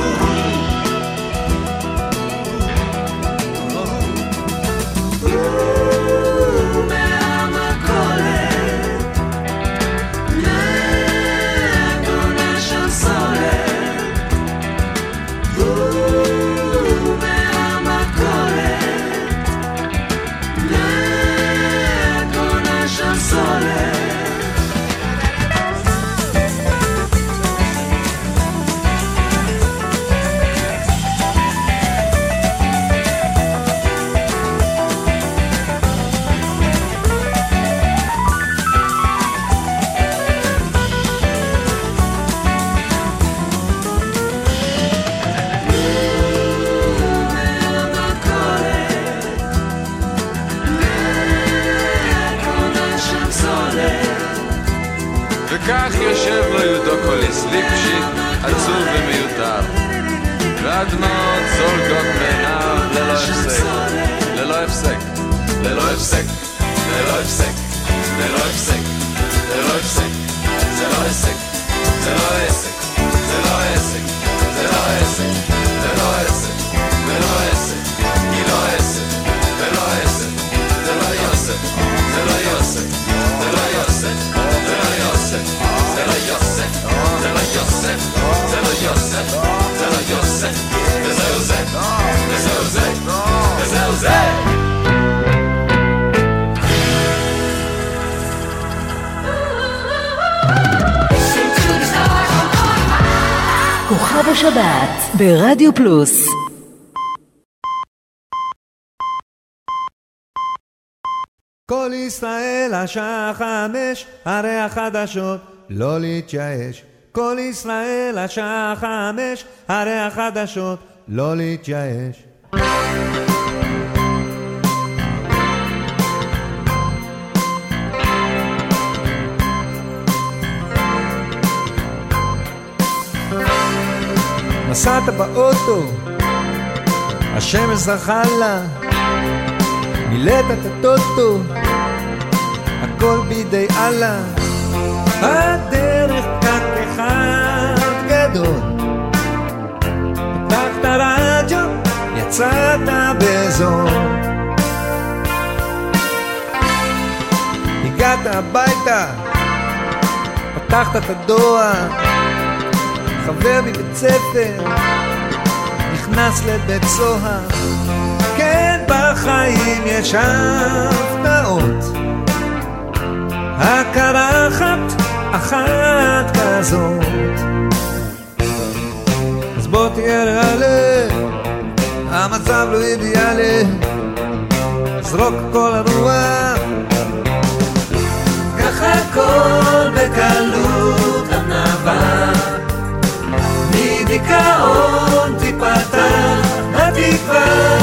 וכך יושב לו יודוקוליס ליפשיק עצוב ומיותר, והדמעות זולגות מעיניו ללא הפסק, ללא הפסק, ללא הפסק, ללא הפסק, ללא הפסק, ללא הפסק. זה לא עסק, זה לא עסק, זה לא עסק, זה לא עסק, זה לא עסק, זה לא עסק, היא לא עסק, זה לא עסק, זה לא יוסף, זה לא יוסף, זה לא יוסף, זה לא יוסף, זה לא יוסף, זה לא יוסף, זה לא יוסף, זה לא יוסף, וזהו זה, וזהו זה, וזהו זה. כוכב השבת ברדיו פלוס. כל ישראל השעה חמש, הרי החדשות לא להתייאש. כל ישראל השעה חמש, הרי החדשות לא להתייאש. נסעת באוטו, השמש זרחה לה, מילאת את הטוטו, הכל בידי אללה. הדרך פקק אחד גדול, פתחת רדיו, יצאת בזול, הגעת הביתה, פתחת את הדואר, חבר מבית ספר נכנס לבית סוהר. כן, בחיים יש הפתעות, הקרחת אחת כזאת. בוא תהיה ריאלי, המצב לא אידיאלי, זרוק כל הרוח, ככה הכל בקלות ענבה, מדיכאון תיפתח התקווה.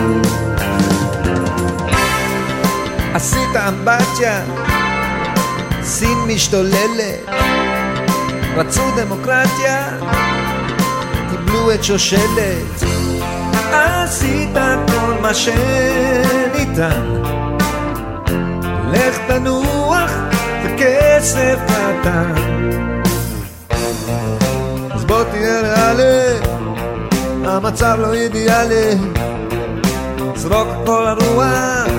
עשית אמבטיה, סין משתוללת, רצו דמוקרטיה, קיבלו את שושלת. עשית כל מה שניתן, לך תנוח וכסף קטן. אז בוא תהיה ריאלי, המצב לא אידיאלי, זרוק כל הרוח,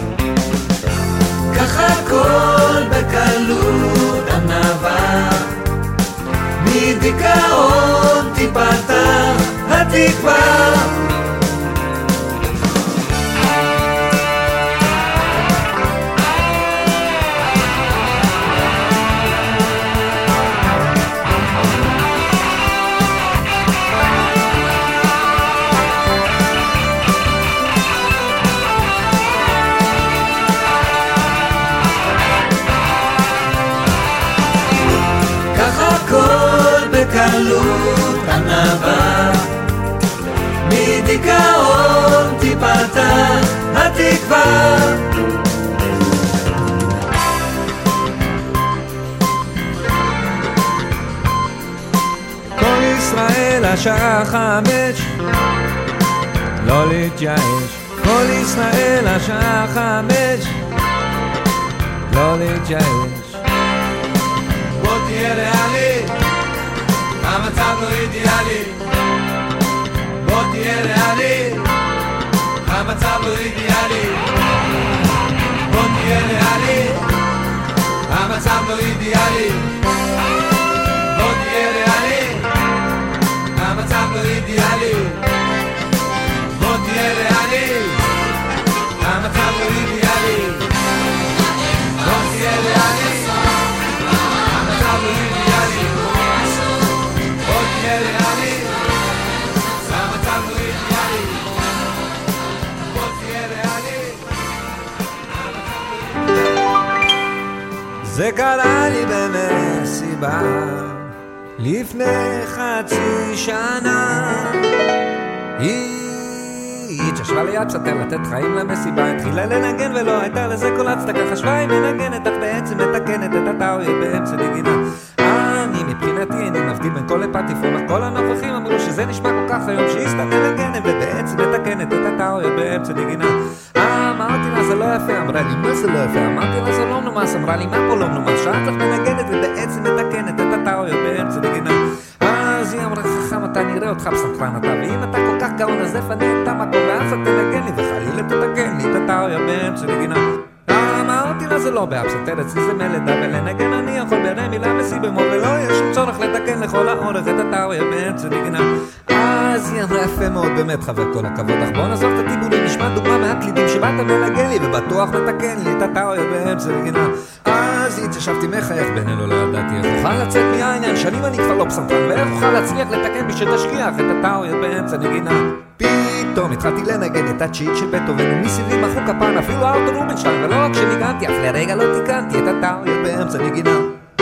ככה הכל בקלות ענבה, מדיכאון תיפתח התקווה. בקלות ענבה, מדיכאון תיפתח התקווה. כל ישראל השעה חמש, לא להתייאש. כל ישראל השעה חמש, לא להתייאש. בוא תהיה ריאלי, המצב לא אידיאלי, בוא תהיה ריאלי, המצב לא אידיאלי, בוא תהיה ריאלי, המצב לא אידיאלי, בוא תהיה ריאלי, המצב לא אידיאלי, בוא תהיה ריאלי, המצב לא אידיאלי, בוא תהיה ריאלי, המצב לא אידיאלי, בוא תהיה ריאלי, המצב לא אידיאלי, בוא תהיה ריאלי, המצב לא אידיאלי. זה קרה לי במסיבה לפני חצי שנה. היא התיישבה ליד פסנתר לתת חיים למסיבה, התחילה לנגן ולא הייתה לזה כל הצדקה, חשבה היא מנגנת אך בעצם מתקנת את הטעויות באמצע נגינה. אני מבחינתי איני מבדיל בין כל הפטיפון, אך כל הנוכחים אמרו שזה נשמע כל כך היום שהיא סתם מנגנת ובעצם מתקנת את הטעויות באמצע נגינה. אמרתי לה זה לא יפה, אמרה לי מה זה לא יפה, אמרתי לה זה לא נומס, אמרה לי מה פה לא נומס, שאת לך מנגנת ובעצם מתקנת את הטעויות באמצע נגינה. אז היא אמרה חכם אתה נראה אותך פסנתרן אתה, ואם אתה כל כך גאון אז לפנה את המקום ואז אתה תנגן לי וחלילה תתקן לי את הטעויות באמצע נגינה. אמרתי לה זה לא באפסנתר אצלי זה מלדה, ולנגן אני יכול ברמי מילה מסי במול, ולא יש שום צורך לתקן לכל האורך את הטעויות באמצע נגינה. אז היא אמרה יפה מאוד באמת חבר כל הכבוד, אך בוא נעזוב את הטיבולים, נשמע דוגמה מהקלידים שבאת מנגן לי ובטוח מתקן לי את הטעויות באמצע נגינה. אז התיישבתי מחייך בינינו, לא ידעתי איך אוכל לצאת מהעניין, שנים אני כבר לא פסנתרן ואיך אוכל להצליח לתקן בשתשכיח את הטעויות באמצע נגינה. פתאום התחלתי לנגן את הצ'יט של בטהובן ומסביבי מחאו כפיים אפילו ארתור רובינשטיין, ולא רק שניגנתי אף לרגע לא תיקנתי את הטעויות באמצע נגינה.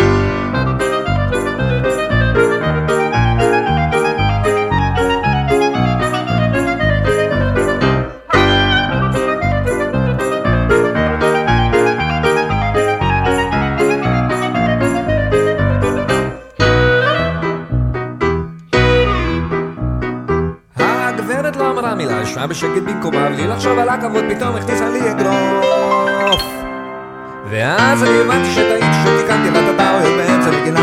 מילה ישבה בשקט במקומה בלי לחשוב על הכבוד, פתאום הכניסה לי אגרוף, ואז אני הבנתי שטעיתי שתיקנתי לה את הטעויות באמצע נגינה.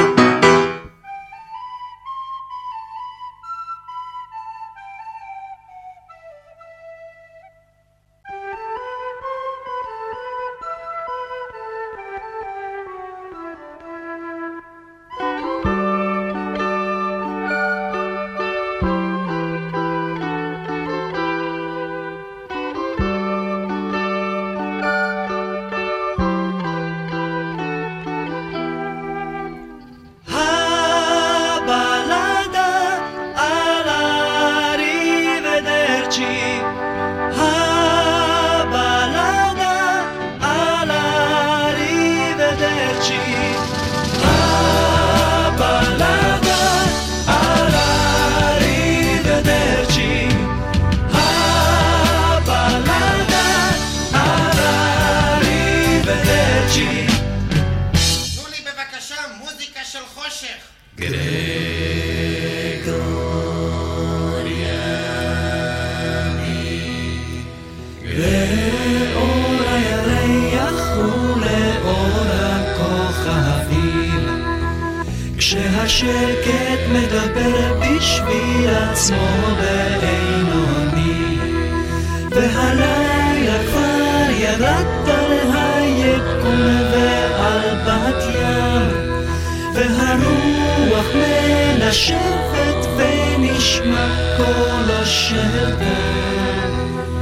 דיבר בשביל עצמו בינוני, והלילה כבר ירד על היקום ועל בת ים, והרוח מנשבת ונשמע קולו של בן.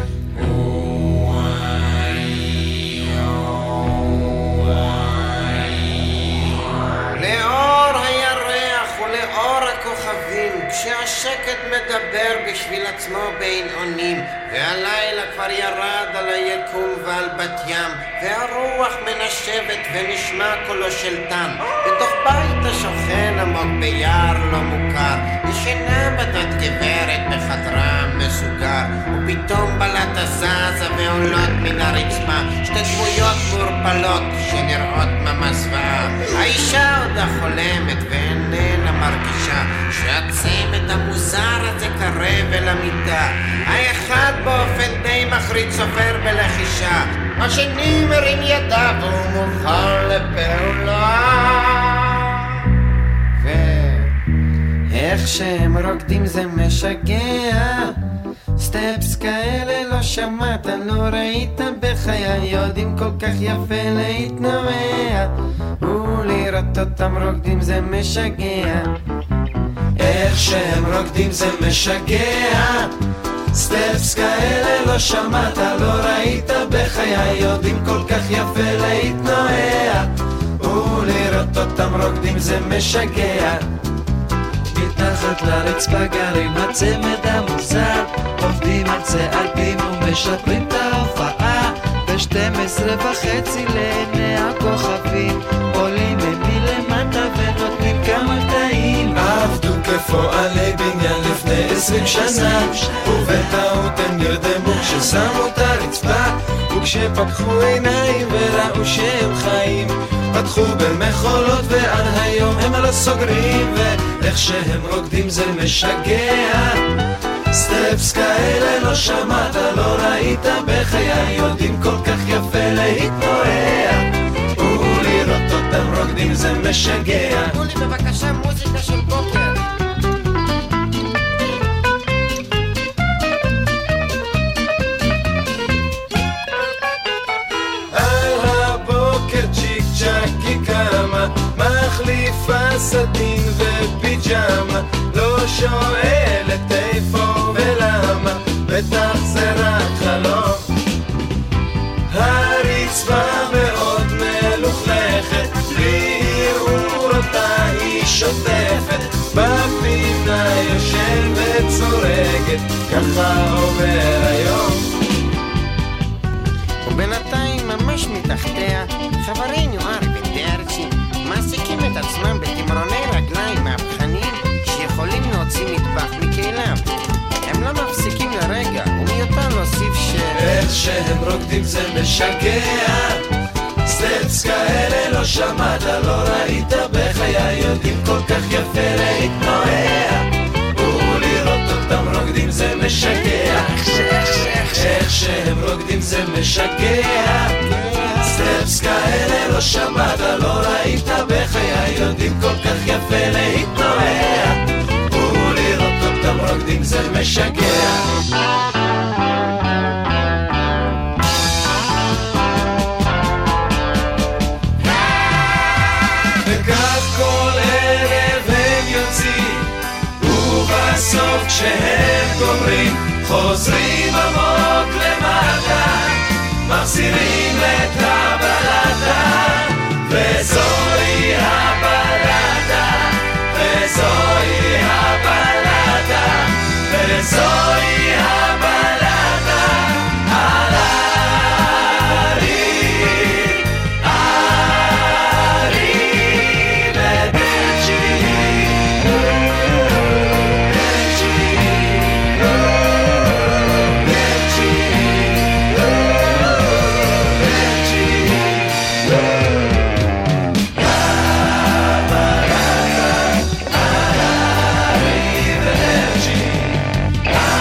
לאור הירח ולאור הכוכבים, כשהשקט מדבר בשביל עצמו בין עונים, והלילה כבר ירד על היקום ועל בת ים, והרוח מנשבת ונשמע קולו של טן, בתוך בית השוכן עמוק ביער לא מוכר, ישנה בתת גברת בחדרה מסוגר, ופתאום בלטה זזה ועולות מן הרצפה שתי דמויות מורפלות שנראות ממש זוועה. האישה עודה חולמת ואיננה מרגישה שהצמד המוזר הזה קרב אל המיטה. האחד באופן די מחריד סופר בלחישה, השני מרים ידיו ומוכן לפעולה. ואיך שהם רוקדים זה משגע, סטפס כאלה לא שמעת, לא ראית בחיי, יודעים כל כך יפה להתנועע, ולראות אותם רוקדים זה משגע. איך שהם רוקדים זה משגע, סטפס כאלה לא שמעת, לא ראית בחיי, יודעים כל כך יפה להתנועע, ולראות אותם רוקדים זה משגע. מתחת לרצפה גרים הצמד המוזר, עובדים על צעדים ומשפרים את ההופעה, ב-שתים עשרה וחצי לעיני הכוכבים עולים הם מלמטה ונותנים כמה קטעים. עבדו כפועלי בניין לפני עשרים שנה, ובטעות הם נרדמו כששמו את הרצפה, וכשפקחו עיניים וראו שהם חיים, פתחו במחולות ועד היום הם לא סוגרים. ואיך שהם רוקדים זה משגע, סטפס כאלה לא שמעת, לא ראית בחיי, יודעים כל כך יפה להתנועע, ולראות אותם רוקדים זה משגע. תנו לי בבקשה מוזיקה של בוקר. מחליפה סדין ופיג'מה, לא שואלת איפה ולמה, בטח זה רק חלום. הרצפה מאוד מלוכלכת, בלי ערעור אותה היא שוטפת, בפינה יושבת צורגת, ככה עובר היום. ובינתיים ממש מתחתיה חברינו ארי ודרצ'י מעסיקים את עצמם בתמרוני רגליים מהפכנים שיכולים להוציא מטבח מכליו. הם לא מפסיקים לרגע, ומיותר להוסיף ש... איך שהם רוקדים זה משגע, סטפס כאלה לא שמעת, לא ראית בחיי, יודעים כל כך יפה להתנועע, ולראות אותם רוקדים זה משגע. איך שהם רוקדים זה משגע, סטפס כאלה לא שמעת, לא ראית בחיי, יודעים כל כך יפה להתנועע, ולראות אותם רוקדים זה משגע. וכך כל ערב הם יוצאים, ובסוף כשהם גומרים חוזרים עמוק למטה, מחזירים את הבלטה, וזוהי הבלטה, וזוהי הבלטה, וזוהי הבלטה, על הערים, הערים ודרצ'י, דרצ'י,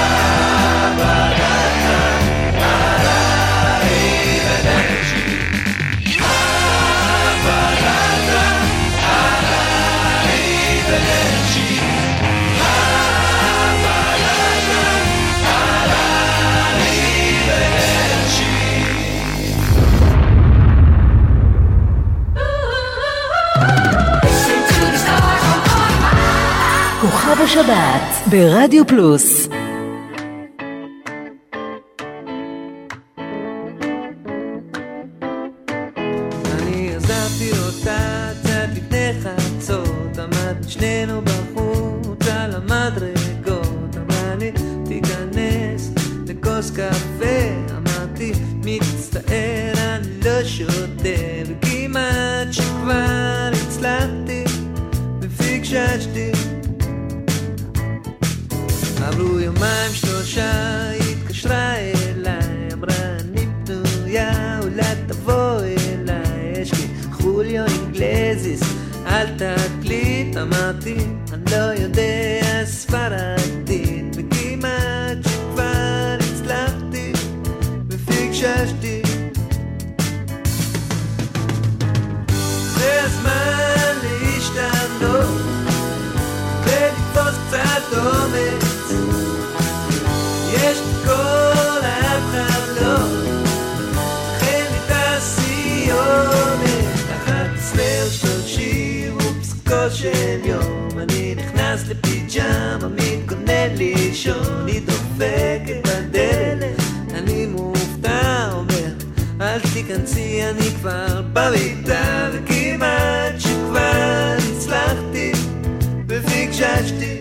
השבת ברדיו פלוס. אני עזבתי אותה קצת לפני חצות, עמדנו שנינו בחוץ על המדרגות, אמרה לי תיכנס לכוס קפה, אמרתי מצטער אני לא שותה, וכמעט שכבר הצלחתי ופיקששתי. עברו יומיים שלושה, התקשרה אליי, אמרה אני פנויה, אולי תבוא אליי, יש לי חוליו אינגלזיס, אל תקליט, אמרתי אני לא יודע ספרדית, וכמעט שכבר הצלחתי ופיקששתי. זה הזמן להשתנות ולתפוס קצת אומץ, יש לי כל ההתחלות, לכן לי תעשי אומץ. אחת עשרה שלושים ופסקו של יום, אני נכנס לפיג'מה, מתכונן לישון, היא דופקת בדלת, אני מופתע, אומר אל תיכנסי אני כבר בביתה, וכמעט שכבר הצלחתי ופיקששתי.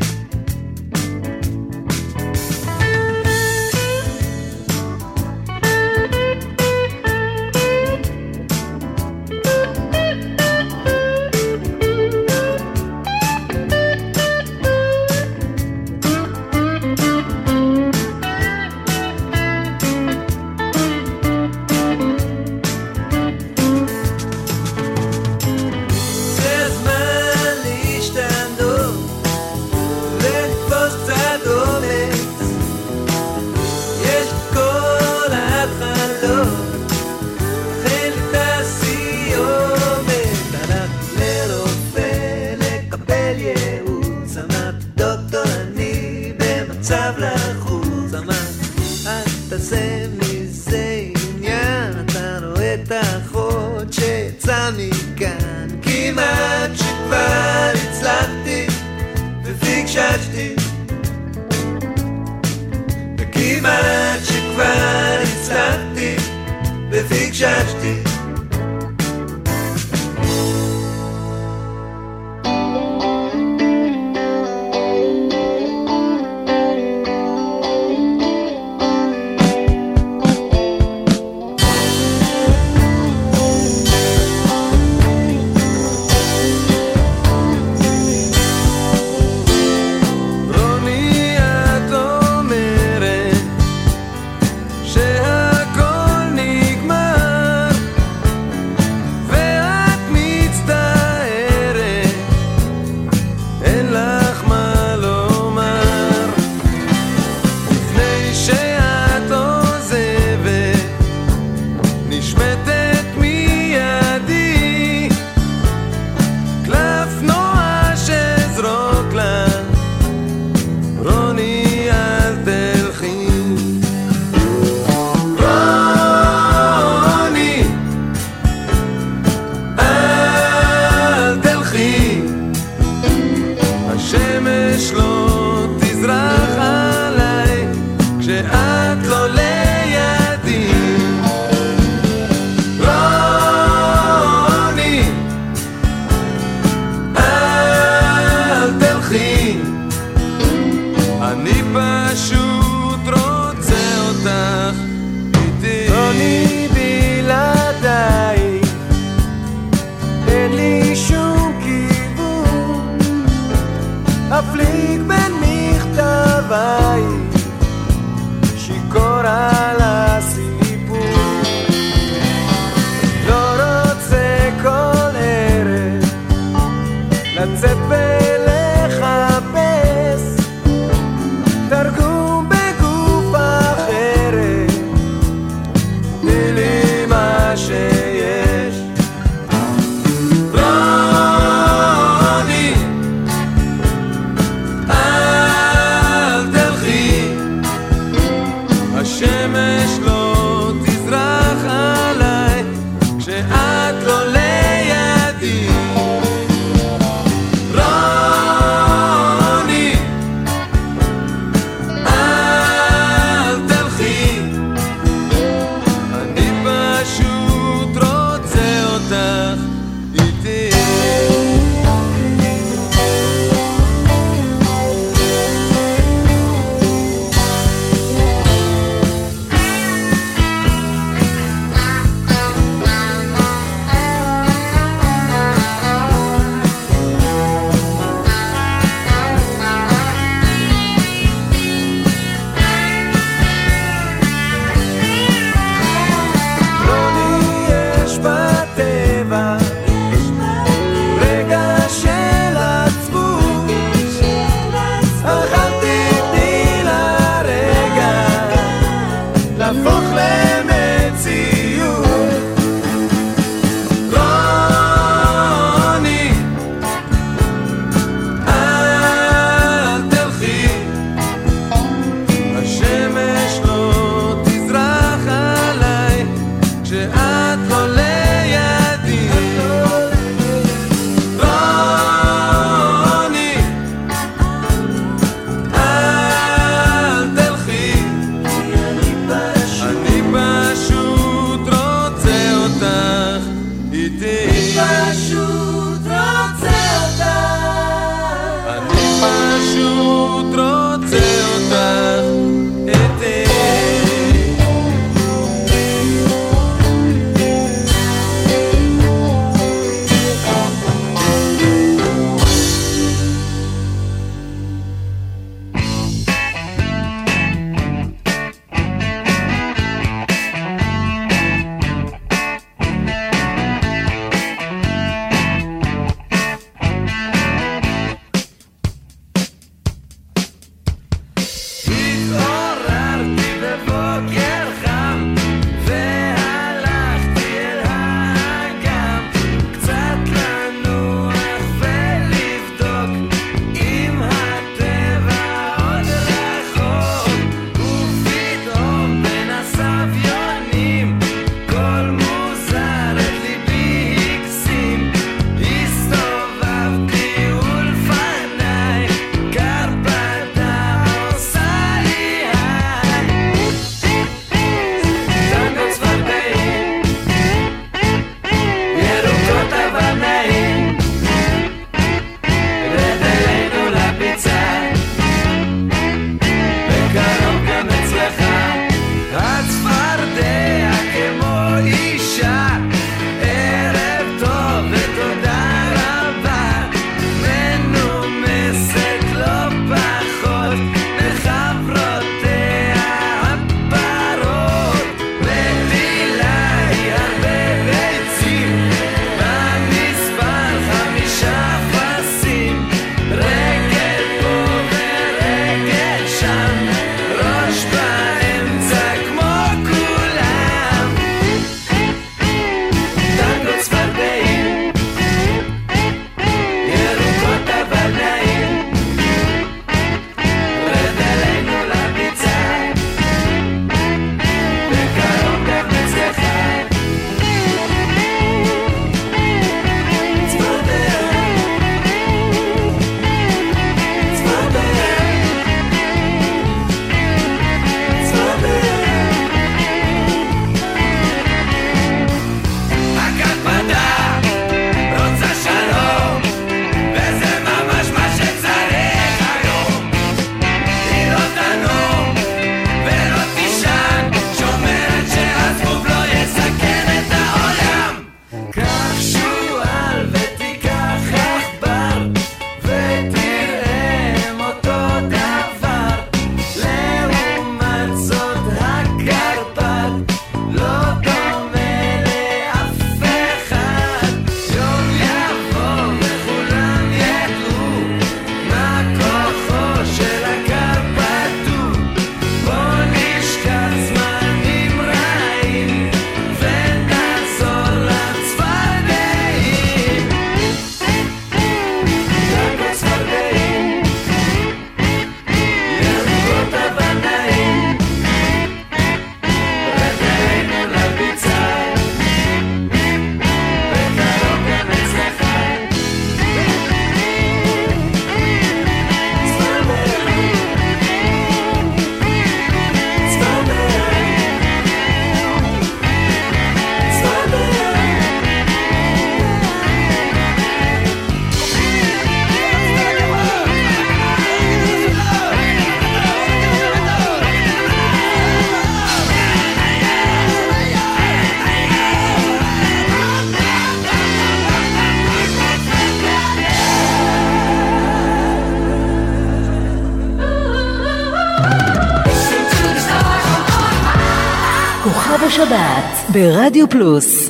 כוכב השבת ברדיו פלוס.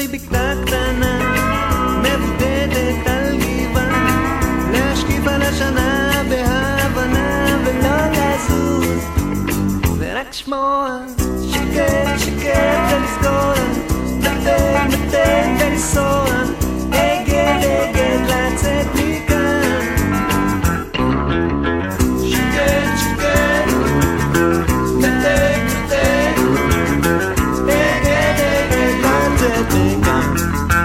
לי בקתה קטנה מבודדת על גבעה, להשקיף על השנה בהבנה ולא לזוז ורק שמוע שקט שקט ולסגור מטן מטן ולסוע אגד אגד לצאת מכאן שקט שקט מטן מטן אגד אגד לצאת מכאן.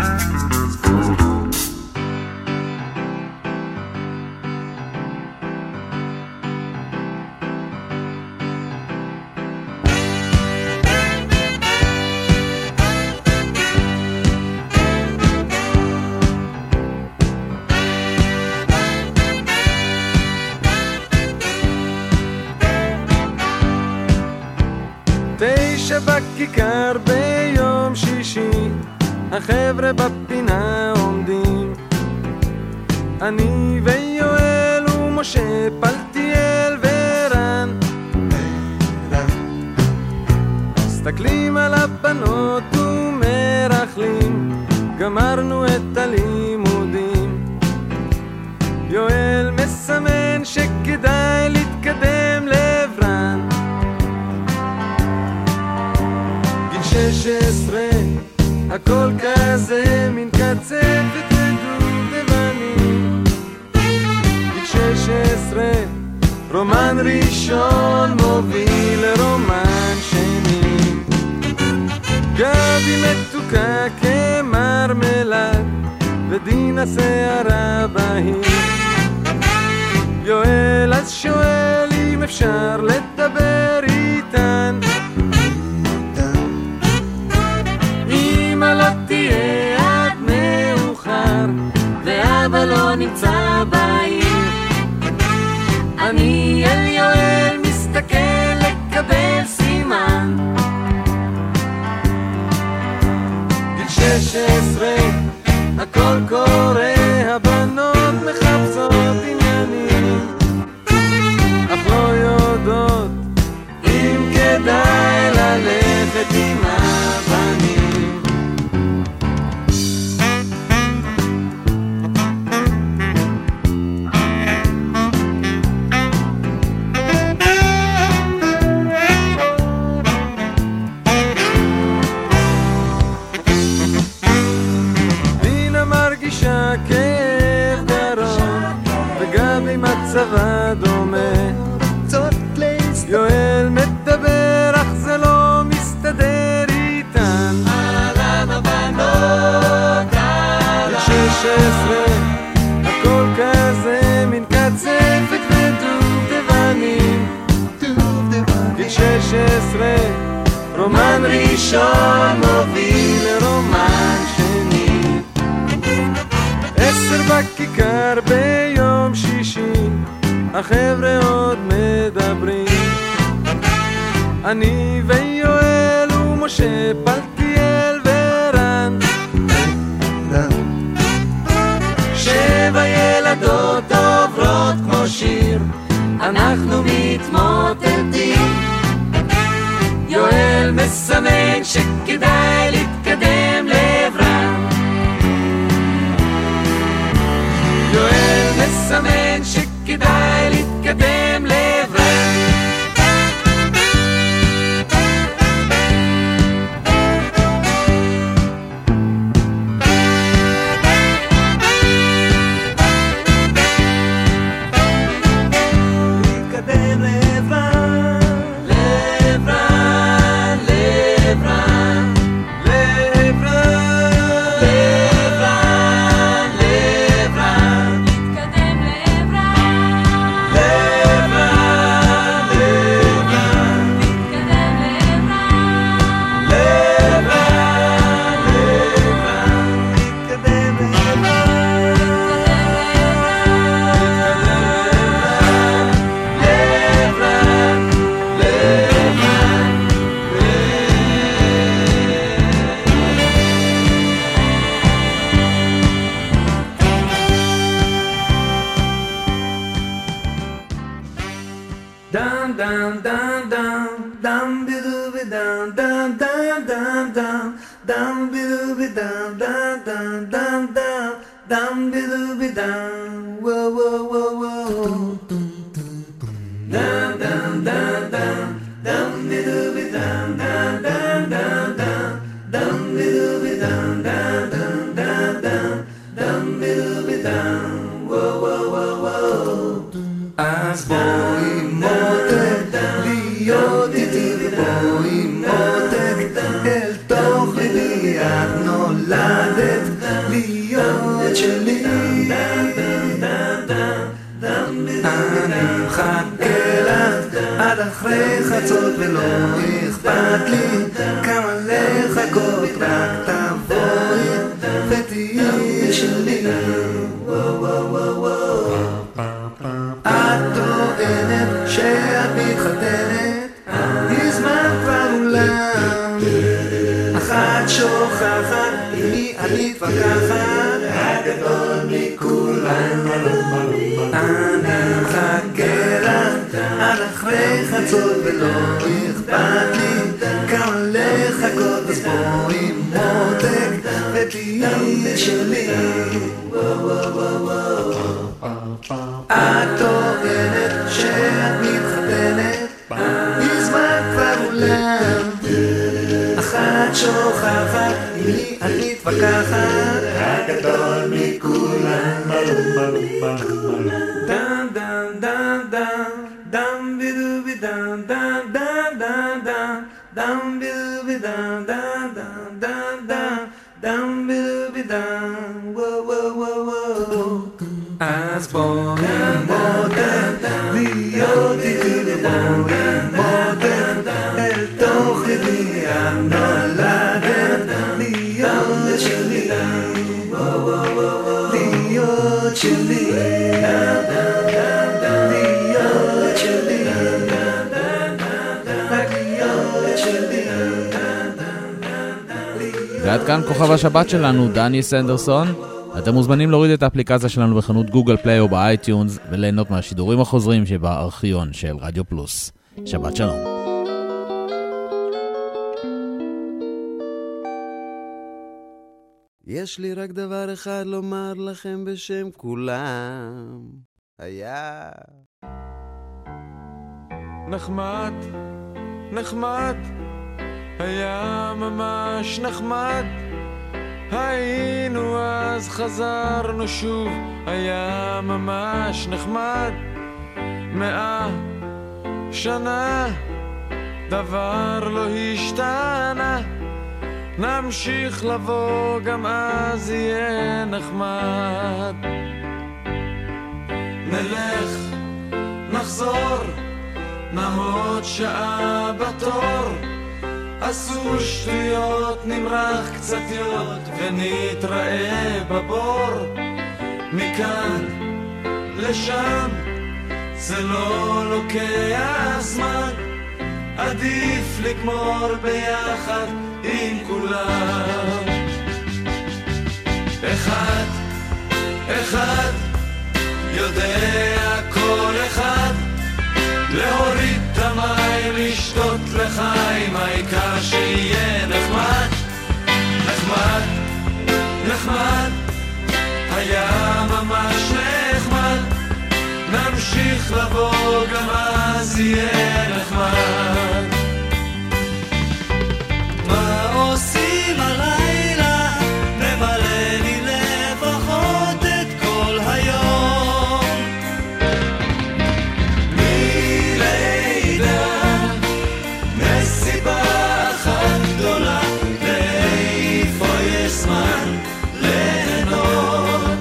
בכיכר ביום שישי החבר'ה בפינה עומדים, אני ויואל ומשה פלטיאל ורן מסתכלים על הבנות ומרחלים, גמרנו את הלימודים. יואל מסמן שכדאי להתקדם לעברן, שש עשרה, הכל כזה מין קצפת ודובדבנים. גיל שש עשרה, רומן ראשון מוביל לרומן שני. גבי מתוקה כמרמלד ודינה שערה בהיר. יואל אז שואל אם אפשר לדבר איתן, לא תהיה עד מאוחר ואבא לא נמצא בעיר. אני אל יואל מסתכל לקבל סימן. גיל שש עשרה, הכל קורה, הבנות מחפשות עניינים, אך לא יודעות אם כדאי ללכת עם הבנים. מצבה דומה, יואל מדבר אך זה לא מסתדר איתן. אהלן הבנות, אהלן. שש עשרה, הכל כזה מין קצפת ודובדבנים. גיל שש עשרה, רומן ראשון מוביל לרומן שני. עשר בכיכר ביום שישי, החבר'ה עוד מדברים, אני ויואל ומשה פלטיאל ורן. שבע ילדות עוברות כמו שיר, אנחנו מתמוטטים. יואל מסמן שכדאי להתקדם לעברן, יואל מסמן שכדאי להתקדם לעברן. להתקדם לעברן, לעברן, לעברן, לעברן, לעברן, לעברן, להתקדם לעברן, לעברן. dum bidu dum dum dum dum dum dum bidu dum whoa whoa whoa whoa dum dum dum dum dum bidu dum dum dum dum dum dum bidu dum dum dum dum dum dum bidu dum whoa whoa whoa whoa אז בואי מותק להיות איתי ובואי מותק אל תוך ליבי את נולדת להיות שלי אני מחכה לך עד אחרי חצות ולא אכפת לי כמה לחכות רק תבואי ותהיי שלי את טוענת שאת מתחתנת מזמן כבר אולם אחת שוכחת היא אני מתווכחת הגדול מכולם אני מחכה לך עד אחרי חצות ולא אכפת לי כמה לחכות אז בואי מותק ותהיי שלי את טוענת שאת מתחתנת מזמן כבר אולם אחת שוכחת היא אני מתווכחת הגדול מכולם דם דם דם דם דם בידו בידם דם דם דם דם דם בידו בידם דם דם דם דם דם בידו בידם וואו וואו וואו וואו אז בואי מותק להיות איתי ובואי מותק אל תוך ליבי את נולדת להיות שלי להיות שלי להיות שלי רק להיות שלי ועד כאן כוכב השבת שלנו, דני סנדרסון. אתם מוזמנים להוריד את האפליקציה שלנו בחנות גוגל פליי או באייטיונס וליהנות מהשידורים החוזרים שבארכיון של רדיו פלוס. שבת שלום. יש לי רק דבר אחד לומר לכם בשם כולם. היה נחמד, נחמד, היה ממש נחמד. היינו אז חזרנו שוב, היה ממש נחמד. מאה שנה דבר לא השתנה, נמשיך לבוא גם אז יהיה נחמד. נלך נחזור נעמוד שעה בתור, עשו שטויות נמרח קצת יוד ונתראה בבור. מכאן לשם זה לא לוקח זמן, עדיף לגמור ביחד עם כולם. אחד אחד יודע כל אחד להוריד את המים, לשתות לחיים, העיקר שיהיה נחמד. נחמד, נחמד, היה ממש נחמד, נמשיך לבוא גם אז יהיה נחמד. מה עושים הלילה? ממלא לי לפחות את כל היום. מסיבה אחת גדולה, ואיפה יש זמן ליהנות.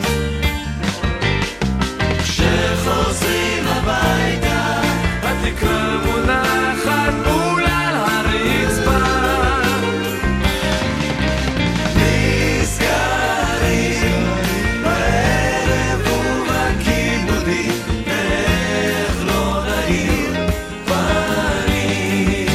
כשחוזרים הביתה התקרה מונחת מול על הרצפה, נזכרים בערב ובכיבודים, איך לא נעים פנים.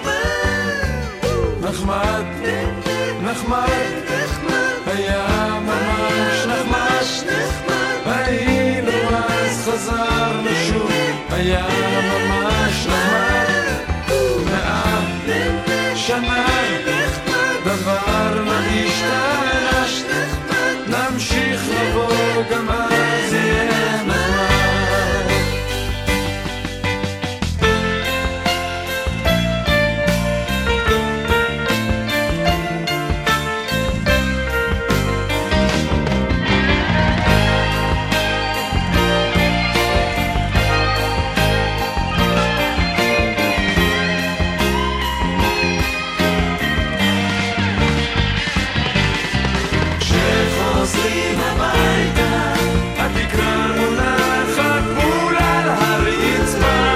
נחמד, נחמד, היה היה ממש נחמד. מאה שנה דבר לא השתנה, נמשיך לבוא גם אז יהיה נחמד. כשחוזרים הביתה התקרה מונחת מול על הרצפה,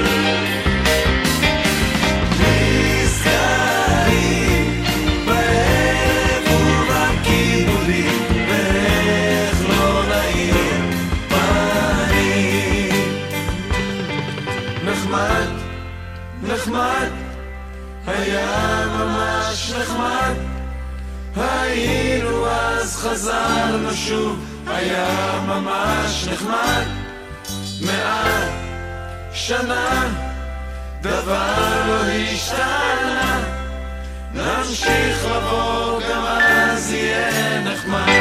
נזכרים בערב ובכיבודים ואיך לא נעים פנים. נחמד, נחמד, היה ממש נחמד. היינו אז חזרנו שוב, היה ממש נחמד. מאה שנה דבר לא השתנה, נמשיך לבוא גם אז יהיה נחמד.